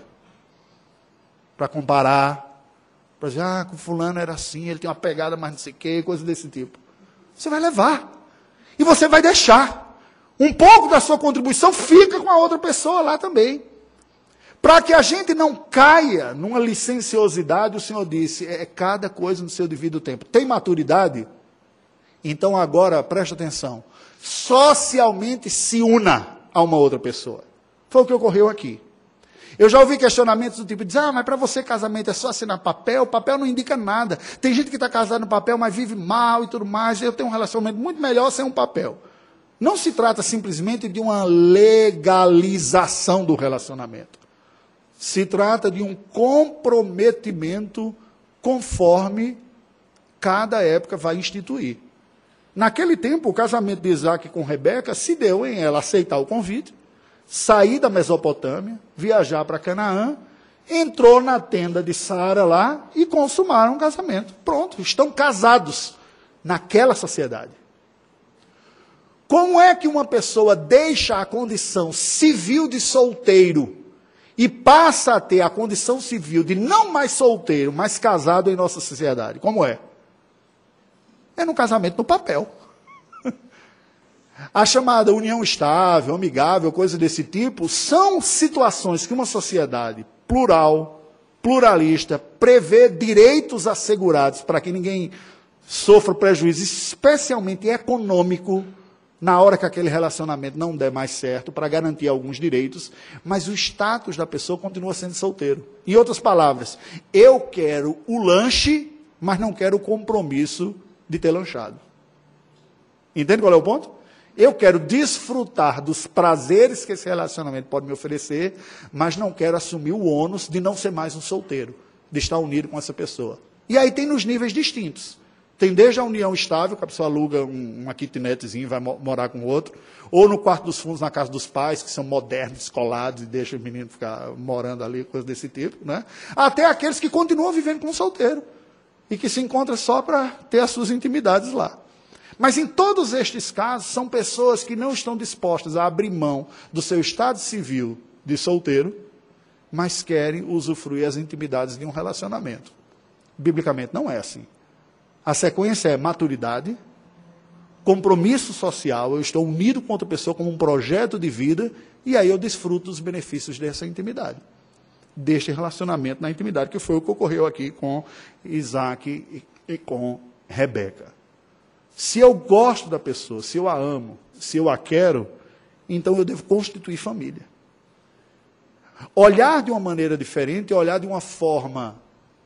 Para comparar, para dizer, ah, com fulano era assim, ele tem uma pegada mais não sei o quê, coisa desse tipo. Você vai levar. E você vai deixar. Um pouco da sua contribuição fica com a outra pessoa lá também. Para que a gente não caia numa licenciosidade, o Senhor disse, é cada coisa no seu devido tempo. Tem maturidade? Então agora, preste atenção, socialmente se una a uma outra pessoa. Foi o que ocorreu aqui. Eu já ouvi questionamentos do tipo, diz, ah, mas para você casamento é só assinar papel, papel não indica nada. Tem gente que está casado no papel, mas vive mal e tudo mais, eu tenho um relacionamento muito melhor sem um papel. Não se trata simplesmente de uma legalização do relacionamento. Se trata de um comprometimento conforme cada época vai instituir. Naquele tempo, o casamento de Isaac com Rebeca se deu em ela aceitar o convite, sair da Mesopotâmia, viajar para Canaã, entrou na tenda de Sara lá e consumaram um casamento. Pronto, estão casados naquela sociedade. Como é que uma pessoa deixa a condição civil de solteiro e passa a ter a condição civil de não mais solteiro, mas casado em nossa sociedade? Como é? É no casamento no papel. A chamada união estável, amigável, coisa desse tipo, são situações que uma sociedade plural, pluralista, prevê direitos assegurados para que ninguém sofra prejuízo, especialmente econômico, na hora que aquele relacionamento não der mais certo, para garantir alguns direitos, mas o status da pessoa continua sendo solteiro. Em outras palavras, eu quero o lanche, mas não quero o compromisso de ter lanchado. Entende qual é o ponto? Eu quero desfrutar dos prazeres que esse relacionamento pode me oferecer, mas não quero assumir o ônus de não ser mais um solteiro, de estar unido com essa pessoa. E aí tem nos níveis distintos. Tem desde a união estável, que a pessoa aluga um, uma kitnetzinha e vai morar com o outro, ou no quarto dos fundos, na casa dos pais, que são modernos, descolados, e deixam o menino ficar morando ali, coisa desse tipo, né? Até aqueles que continuam vivendo com um solteiro, e que se encontram só para ter as suas intimidades lá. Mas em todos estes casos, são pessoas que não estão dispostas a abrir mão do seu estado civil de solteiro, mas querem usufruir as intimidades de um relacionamento. Biblicamente não é assim. A sequência é maturidade, compromisso social, eu estou unido com outra pessoa como um projeto de vida, e aí eu desfruto dos benefícios dessa intimidade, deste relacionamento na intimidade, que foi o que ocorreu aqui com Isaac e, e com Rebeca. Se eu gosto da pessoa, se eu a amo, se eu a quero, então eu devo constituir família. Olhar de uma maneira diferente é olhar de uma forma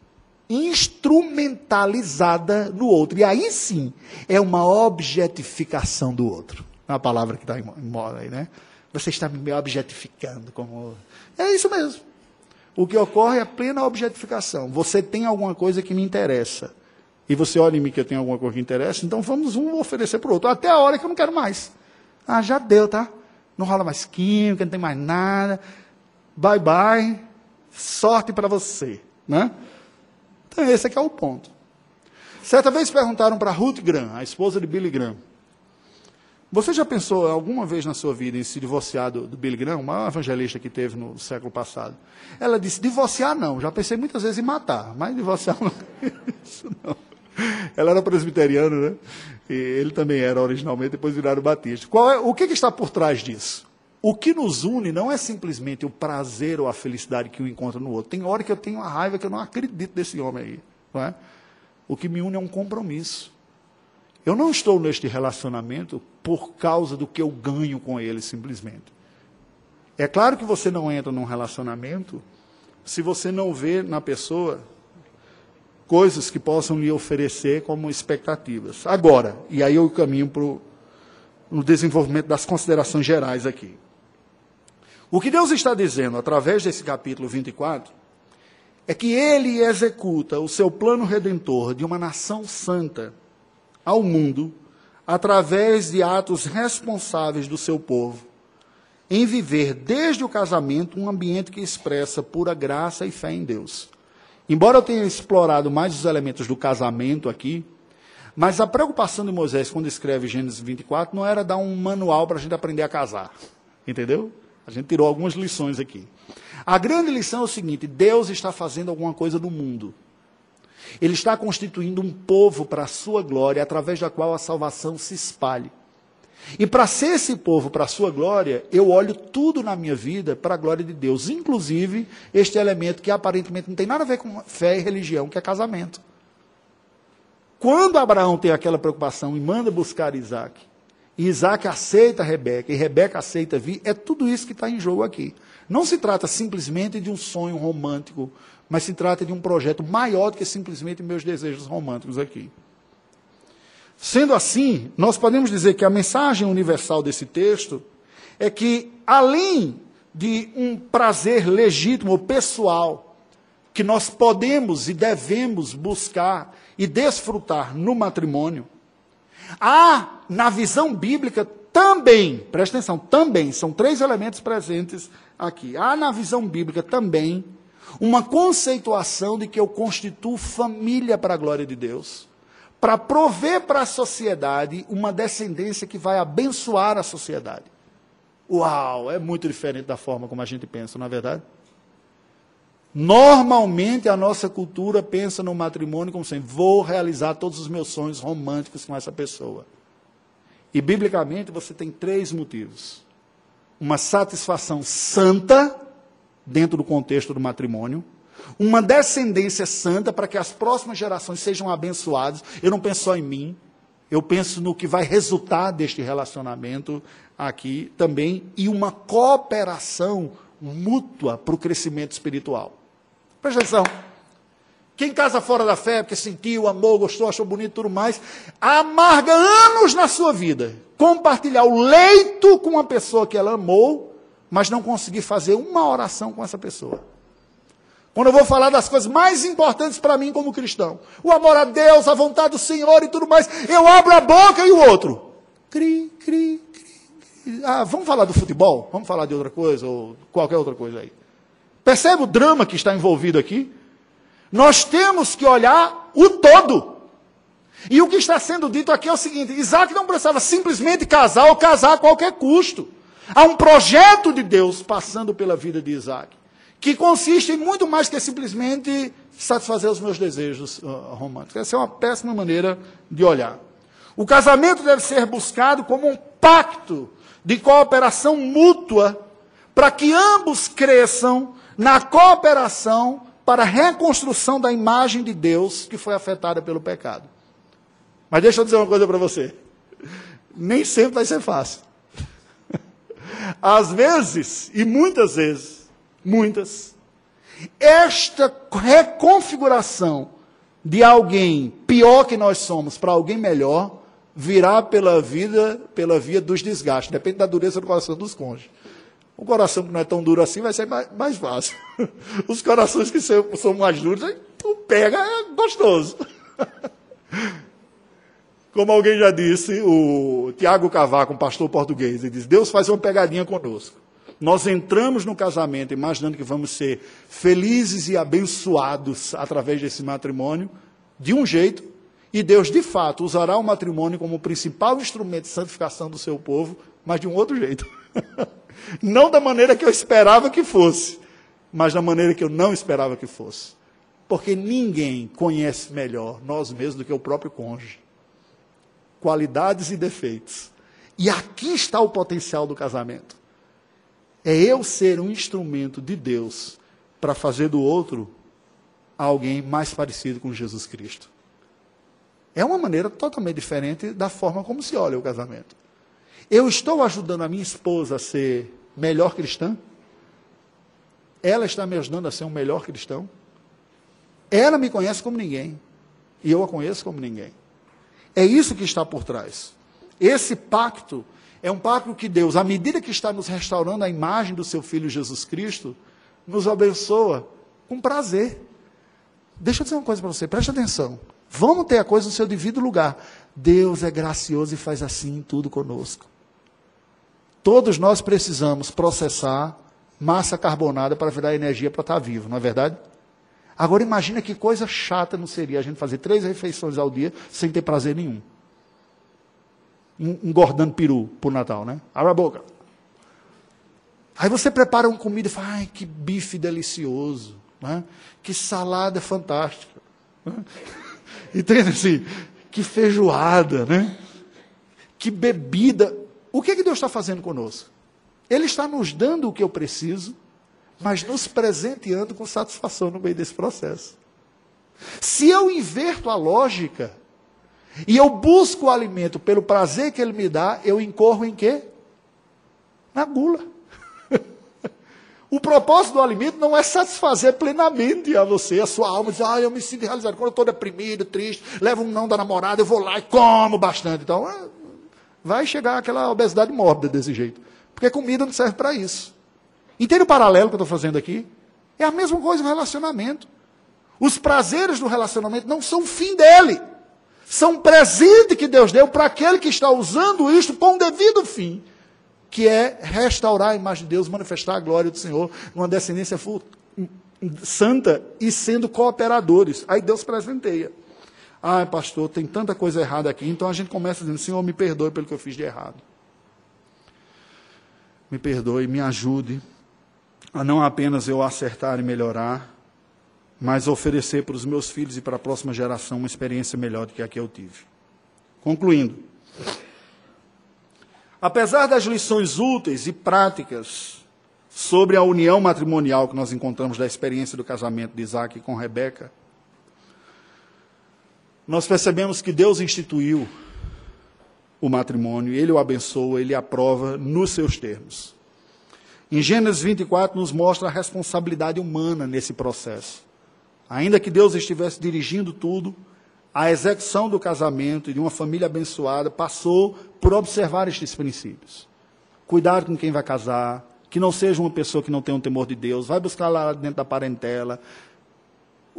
instrumentalizada no outro. E aí sim, é uma objetificação do outro. É uma palavra que está em moda aí, né? Você está me objetificando como... É isso mesmo. O que ocorre é a plena objetificação. Você tem alguma coisa que me interessa. E você olha em mim que eu tenho alguma coisa que interessa, então vamos um oferecer para o outro. Até a hora que eu não quero mais. Ah, já deu, tá? Não rola mais química, não tem mais nada. Bye, bye. Sorte para você, né? Então, esse aqui é o ponto. Certa vez perguntaram para Ruth Graham, a esposa de Billy Graham, você já pensou alguma vez na sua vida em se divorciar do, do Billy Graham, o maior evangelista que teve no século passado? Ela disse, divorciar não, já pensei muitas vezes em matar, mas divorciar não. Isso não. Ela era presbiteriana, né? E ele também era originalmente, depois viraram batista. Qual é, o que, que está por trás disso? O que nos une não é simplesmente o prazer ou a felicidade que um encontra no outro. Tem hora que eu tenho uma raiva que eu não acredito desse homem aí. Não é? O que me une é um compromisso. Eu não estou neste relacionamento por causa do que eu ganho com ele, simplesmente. É claro que você não entra num relacionamento se você não vê na pessoa coisas que possam lhe oferecer como expectativas. Agora, e aí eu caminho para o desenvolvimento das considerações gerais aqui. O que Deus está dizendo, através desse capítulo vinte e quatro, é que Ele executa o seu plano redentor de uma nação santa ao mundo, através de atos responsáveis do seu povo, em viver desde o casamento um ambiente que expressa pura graça e fé em Deus. Embora eu tenha explorado mais os elementos do casamento aqui, mas a preocupação de Moisés, quando escreve Gênesis vinte e quatro, não era dar um manual para a gente aprender a casar. Entendeu? A gente tirou algumas lições aqui. A grande lição é o seguinte, Deus está fazendo alguma coisa no mundo. Ele está constituindo um povo para a sua glória, através da qual a salvação se espalhe. E para ser esse povo para a sua glória, eu olho tudo na minha vida para a glória de Deus, inclusive este elemento que aparentemente não tem nada a ver com fé e religião, que é casamento. Quando Abraão tem aquela preocupação e manda buscar Isaac, e Isaac aceita Rebeca, e Rebeca aceita vir, é tudo isso que está em jogo aqui. Não se trata simplesmente de um sonho romântico, mas se trata de um projeto maior do que simplesmente meus desejos românticos aqui. Sendo assim, nós podemos dizer que a mensagem universal desse texto é que, além de um prazer legítimo, pessoal, que nós podemos e devemos buscar e desfrutar no matrimônio, há, na visão bíblica, também, presta atenção, também, são três elementos presentes aqui, há na visão bíblica também uma conceituação de que eu constituo família para a glória de Deus, para prover para a sociedade uma descendência que vai abençoar a sociedade. Uau, é muito diferente da forma como a gente pensa, não é verdade? Normalmente a nossa cultura pensa no matrimônio como assim, vou realizar todos os meus sonhos românticos com essa pessoa. E biblicamente você tem três motivos. Uma satisfação santa, dentro do contexto do matrimônio, uma descendência santa para que as próximas gerações sejam abençoadas. Eu não penso só em mim, eu penso no que vai resultar deste relacionamento aqui também, e uma cooperação mútua para o crescimento espiritual. Presta atenção. Quem casa fora da fé, porque sentiu, amou, gostou, achou bonito e tudo mais, amarga anos na sua vida compartilhar o leito com uma pessoa que ela amou, mas não conseguir fazer uma oração com essa pessoa. quando eu vou falar das coisas mais importantes para mim como cristão, o amor a Deus, a vontade do Senhor e tudo mais, eu abro a boca e o outro, cri, cri, cri. Ah, vamos falar do futebol? Vamos falar de outra coisa, ou qualquer outra coisa aí. Percebe o drama que está envolvido aqui? Nós temos que olhar o todo. E o que está sendo dito aqui é o seguinte: Isaac não precisava simplesmente casar ou casar a qualquer custo. Há um projeto de Deus passando pela vida de Isaac, que consiste em muito mais que simplesmente satisfazer os meus desejos uh, românticos. Essa é uma péssima maneira de olhar. O casamento deve ser buscado como um pacto de cooperação mútua, para que ambos cresçam na cooperação para a reconstrução da imagem de Deus que foi afetada pelo pecado. Mas deixa eu dizer uma coisa para você. Nem sempre vai ser fácil. Às vezes, e muitas vezes, muitas, esta reconfiguração de alguém pior que nós somos para alguém melhor virá pela vida, pela via dos desgastes. Depende da dureza do coração dos cônjuges. Um coração que não é tão duro assim vai ser mais, mais fácil. Os corações que são, são mais duros, aí tu pega, é gostoso. Como alguém já disse, o Tiago Cavaco, um pastor português, ele diz: Deus faz uma pegadinha conosco. Nós entramos no casamento imaginando que vamos ser felizes e abençoados através desse matrimônio, de um jeito, e Deus, de fato, usará o matrimônio como o principal instrumento de santificação do seu povo, mas de um outro jeito. Não da maneira que eu esperava que fosse, mas da maneira que eu não esperava que fosse. Porque ninguém conhece melhor nós mesmos do que o próprio cônjuge. Qualidades e defeitos. E aqui está o potencial do casamento. É eu ser um instrumento de Deus para fazer do outro alguém mais parecido com Jesus Cristo. É uma maneira totalmente diferente da forma como se olha o casamento. Eu estou ajudando a minha esposa a ser melhor cristã? Ela está me ajudando a ser um melhor cristão? Ela me conhece como ninguém, e eu a conheço como ninguém. É isso que está por trás. Esse pacto é um pacto que Deus, à medida que está nos restaurando a imagem do seu Filho Jesus Cristo, nos abençoa com prazer. Deixa eu dizer uma coisa para você, preste atenção. Vamos ter a coisa no seu devido lugar. Deus é gracioso e faz assim em tudo conosco. Todos nós precisamos processar massa carbonada para virar energia para estar vivo, não é verdade? Agora imagina que coisa chata não seria a gente fazer três refeições ao dia sem ter prazer nenhum. Engordando peru por Natal, né? Abre a boca. Aí você prepara uma comida e fala: ai, que bife delicioso, né? Que salada fantástica. Né? Entende assim? Que feijoada, né? Que bebida. O que é que Deus está fazendo conosco? Ele está nos dando o que eu preciso, mas nos presenteando com satisfação no meio desse processo. Se eu inverto a lógica, e eu busco o alimento pelo prazer que ele me dá, eu incorro em quê? Na gula. O propósito do alimento não é satisfazer plenamente a você, a sua alma, dizer: ah, eu me sinto realizado. Quando eu estou deprimido, triste, levo um não da namorada, eu vou lá e como bastante. Então, vai chegar aquela obesidade mórbida desse jeito. Porque comida não serve para isso. Entende o paralelo que eu estou fazendo aqui? É a mesma coisa no relacionamento. Os prazeres do relacionamento não são o fim dele. São um presente que Deus deu para aquele que está usando isto com um devido fim, que é restaurar a imagem de Deus, manifestar a glória do Senhor, numa descendência santa e sendo cooperadores. Aí Deus presenteia. Ai, pastor, tem tanta coisa errada aqui. Então a gente começa dizendo: Senhor, me perdoe pelo que eu fiz de errado. Me perdoe, me ajude a não apenas eu acertar e melhorar, mas oferecer para os meus filhos e para a próxima geração uma experiência melhor do que a que eu tive. Concluindo, apesar das lições úteis e práticas sobre a união matrimonial que nós encontramos da experiência do casamento de Isaac com Rebeca, nós percebemos que Deus instituiu o matrimônio, Ele o abençoa, Ele aprova nos seus termos. Em Gênesis vinte e quatro nos mostra a responsabilidade humana nesse processo. Ainda que Deus estivesse dirigindo tudo, a execução do casamento e de uma família abençoada passou por observar estes princípios. Cuidar com quem vai casar, que não seja uma pessoa que não tenha um temor de Deus, vai buscar lá dentro da parentela,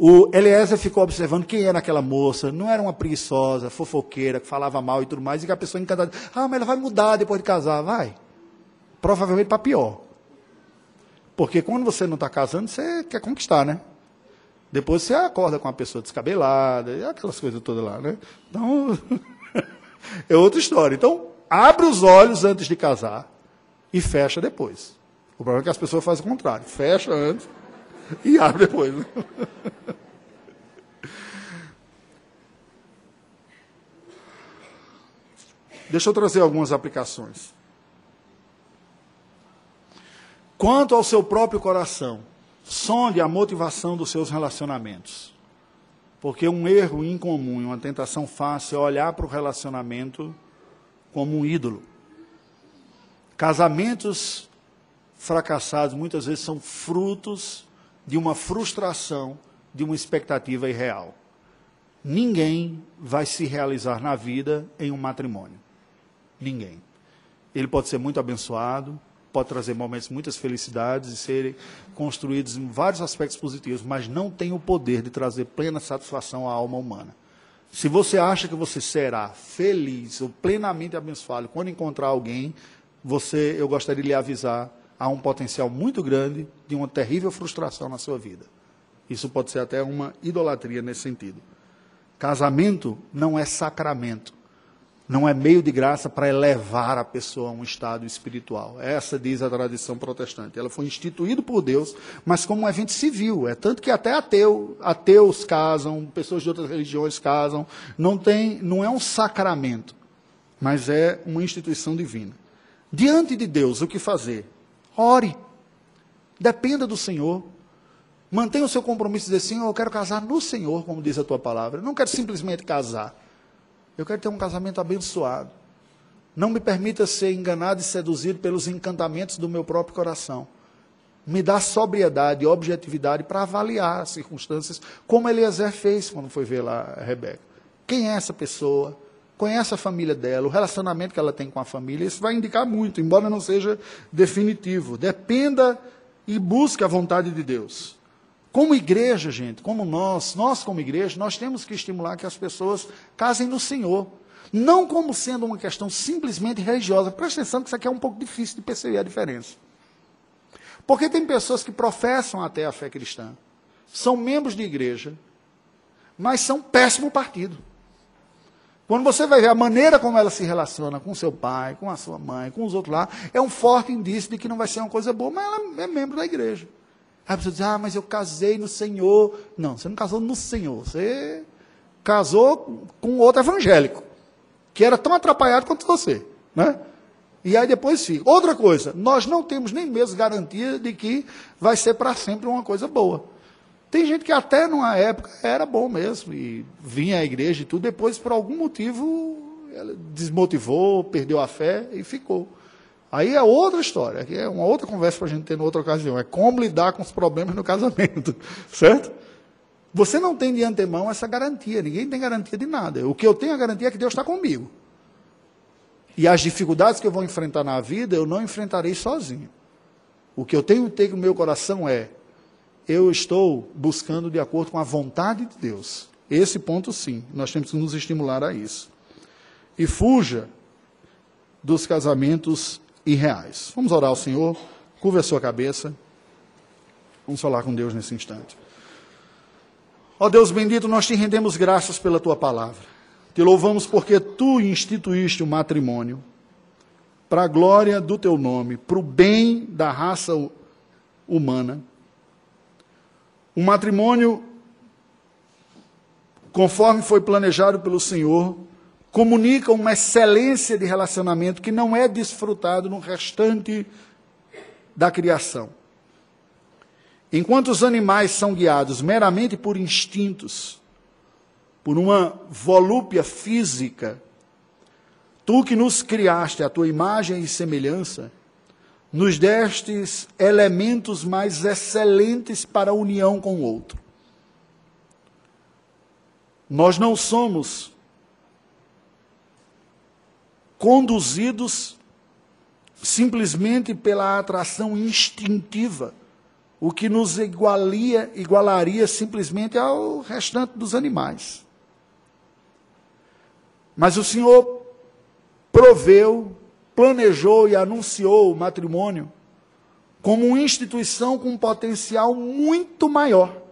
O Eliezer ficou observando quem era aquela moça. Não era uma preguiçosa, fofoqueira, que falava mal e tudo mais, e que a pessoa encantada, ah, mas ela vai mudar depois de casar. Vai. Provavelmente para pior. Porque quando você não está casando, você quer conquistar, né? Depois você acorda com uma pessoa descabelada, e aquelas coisas todas lá, né? Então, é outra história. Então, abre os olhos antes de casar e fecha depois. O problema é que as pessoas fazem o contrário. Fecha antes e abre depois. Deixa eu trazer algumas aplicações. Quanto ao seu próprio coração, sonde a motivação dos seus relacionamentos. Porque um erro incomum, uma tentação fácil é olhar para o relacionamento como um ídolo. Casamentos fracassados muitas vezes são frutos de uma frustração, de uma expectativa irreal. Ninguém vai se realizar na vida em um matrimônio. Ninguém. Ele pode ser muito abençoado, pode trazer momentos, muitas felicidades e serem construídos em vários aspectos positivos, mas não tem o poder de trazer plena satisfação à alma humana. Se você acha que você será feliz ou plenamente abençoado quando encontrar alguém, você, eu gostaria de lhe avisar, há um potencial muito grande de uma terrível frustração na sua vida. Isso pode ser até uma idolatria nesse sentido. Casamento não é sacramento. Não é meio de graça para elevar a pessoa a um estado espiritual. Essa diz a tradição protestante. Ela foi instituída por Deus, mas como um evento civil. É tanto que até ateu, ateus casam, pessoas de outras religiões casam. Não, tem, não é um sacramento, mas é uma instituição divina. Diante de Deus, o que fazer? Ore. Dependa do Senhor. Mantenha o seu compromisso de dizer, Senhor, eu quero casar no Senhor, como diz a tua palavra. Eu não quero simplesmente casar. Eu quero ter um casamento abençoado. Não me permita ser enganado e seduzido pelos encantamentos do meu próprio coração. Me dá sobriedade e objetividade para avaliar as circunstâncias, como Eliezer fez quando foi ver lá a Rebeca. Quem é essa pessoa? Conhece a família dela, o relacionamento que ela tem com a família. Isso vai indicar muito, embora não seja definitivo. Dependa e busque a vontade de Deus. Como igreja, gente, como nós, nós como igreja, nós temos que estimular que as pessoas casem no Senhor. Não como sendo uma questão simplesmente religiosa. Presta atenção que isso aqui é um pouco difícil de perceber a diferença. Porque tem pessoas que professam até a fé cristã, são membros de igreja, mas são péssimo partido. Quando você vai ver a maneira como ela se relaciona com seu pai, com a sua mãe, com os outros lá, é um forte indício de que não vai ser uma coisa boa, mas ela é membro da igreja. Aí a pessoa diz, ah, mas eu casei no Senhor. Não, você não casou no Senhor, você casou com outro evangélico, que era tão atrapalhado quanto você, né? E aí depois fica. Outra coisa, nós não temos nem mesmo garantia de que vai ser para sempre uma coisa boa. Tem gente que até numa época era bom mesmo, e vinha à igreja e tudo, depois por algum motivo ela desmotivou, perdeu a fé e ficou. Aí é outra história, é uma outra conversa para a gente ter em outra ocasião, é como lidar com os problemas no casamento, certo? Você não tem de antemão essa garantia, ninguém tem garantia de nada. O que eu tenho a garantia é que Deus está comigo. E as dificuldades que eu vou enfrentar na vida, eu não enfrentarei sozinho. O que eu tenho que ter no meu coração é, eu estou buscando de acordo com a vontade de Deus. Esse ponto sim, nós temos que nos estimular a isso. E fuja dos casamentos irreais. Vamos orar ao Senhor, curva a sua cabeça. Vamos falar com Deus nesse instante. Ó Deus bendito, nós te rendemos graças pela tua palavra. Te louvamos porque tu instituíste o matrimônio para a glória do teu nome, para o bem da raça humana. Um matrimônio, conforme foi planejado pelo Senhor, comunica uma excelência de relacionamento que não é desfrutado no restante da criação. Enquanto os animais são guiados meramente por instintos, por uma volúpia física, tu que nos criaste à tua imagem e semelhança, nos destes elementos mais excelentes para a união com o outro. Nós não somos conduzidos simplesmente pela atração instintiva o que nos igualia, igualaria simplesmente ao restante dos animais. Mas o Senhor proveu, planejou e anunciou o matrimônio como uma instituição com um potencial muito maior.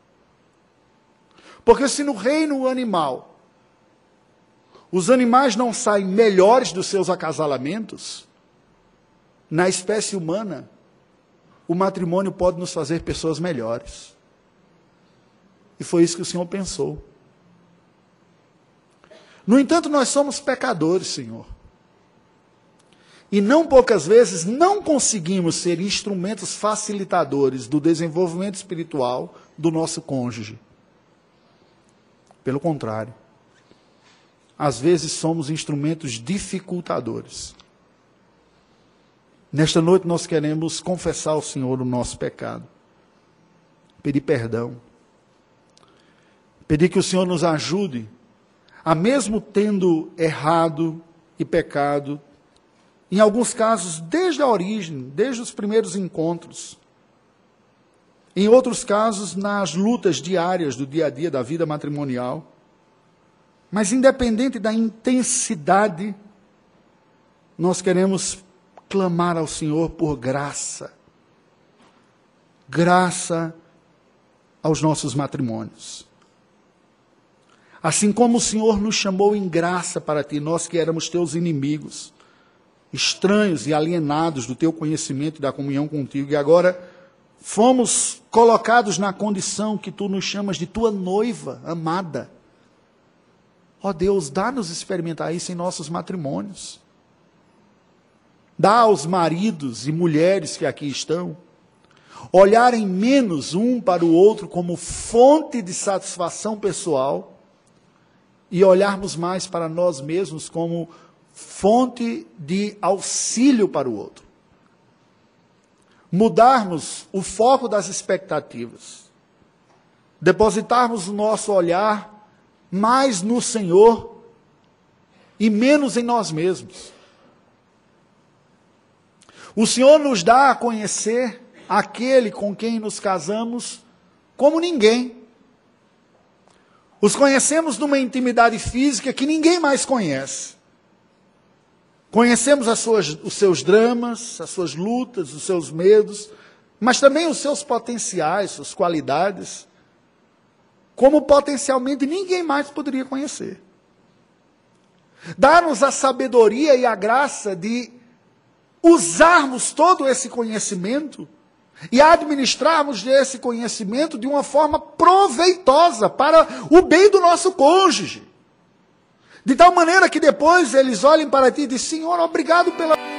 Porque se no reino animal os animais não saem melhores dos seus acasalamentos, na espécie humana, o matrimônio pode nos fazer pessoas melhores. E foi isso que o Senhor pensou. No entanto, nós somos pecadores, Senhor. E não poucas vezes não conseguimos ser instrumentos facilitadores do desenvolvimento espiritual do nosso cônjuge. Pelo contrário, às vezes somos instrumentos dificultadores. Nesta noite nós queremos confessar ao Senhor o nosso pecado, pedir perdão, pedir que o Senhor nos ajude a, mesmo tendo errado e pecado, em alguns casos desde a origem, desde os primeiros encontros, em outros casos nas lutas diárias do dia a dia da vida matrimonial, mas independente da intensidade, nós queremos clamar ao Senhor por graça, graça aos nossos matrimônios. Assim como o Senhor nos chamou em graça para ti, nós que éramos teus inimigos, estranhos e alienados do teu conhecimento e da comunhão contigo, e agora fomos colocados na condição que tu nos chamas de tua noiva amada. Ó Deus, dá-nos experimentar isso em nossos matrimônios. Dá aos maridos e mulheres que aqui estão olharem menos um para o outro como fonte de satisfação pessoal e olharmos mais para nós mesmos como fonte de auxílio para o outro. Mudarmos o foco das expectativas, depositarmos o nosso olhar mais no Senhor e menos em nós mesmos. O Senhor nos dá a conhecer aquele com quem nos casamos como ninguém. Os conhecemos numa intimidade física que ninguém mais conhece. Conhecemos as suas, os seus dramas, as suas lutas, os seus medos, mas também os seus potenciais, suas qualidades, como potencialmente ninguém mais poderia conhecer. Dá-nos a sabedoria e a graça de usarmos todo esse conhecimento e administrarmos esse conhecimento de uma forma proveitosa para o bem do nosso cônjuge. De tal maneira que depois eles olhem para ti e dizem: Senhor, obrigado pela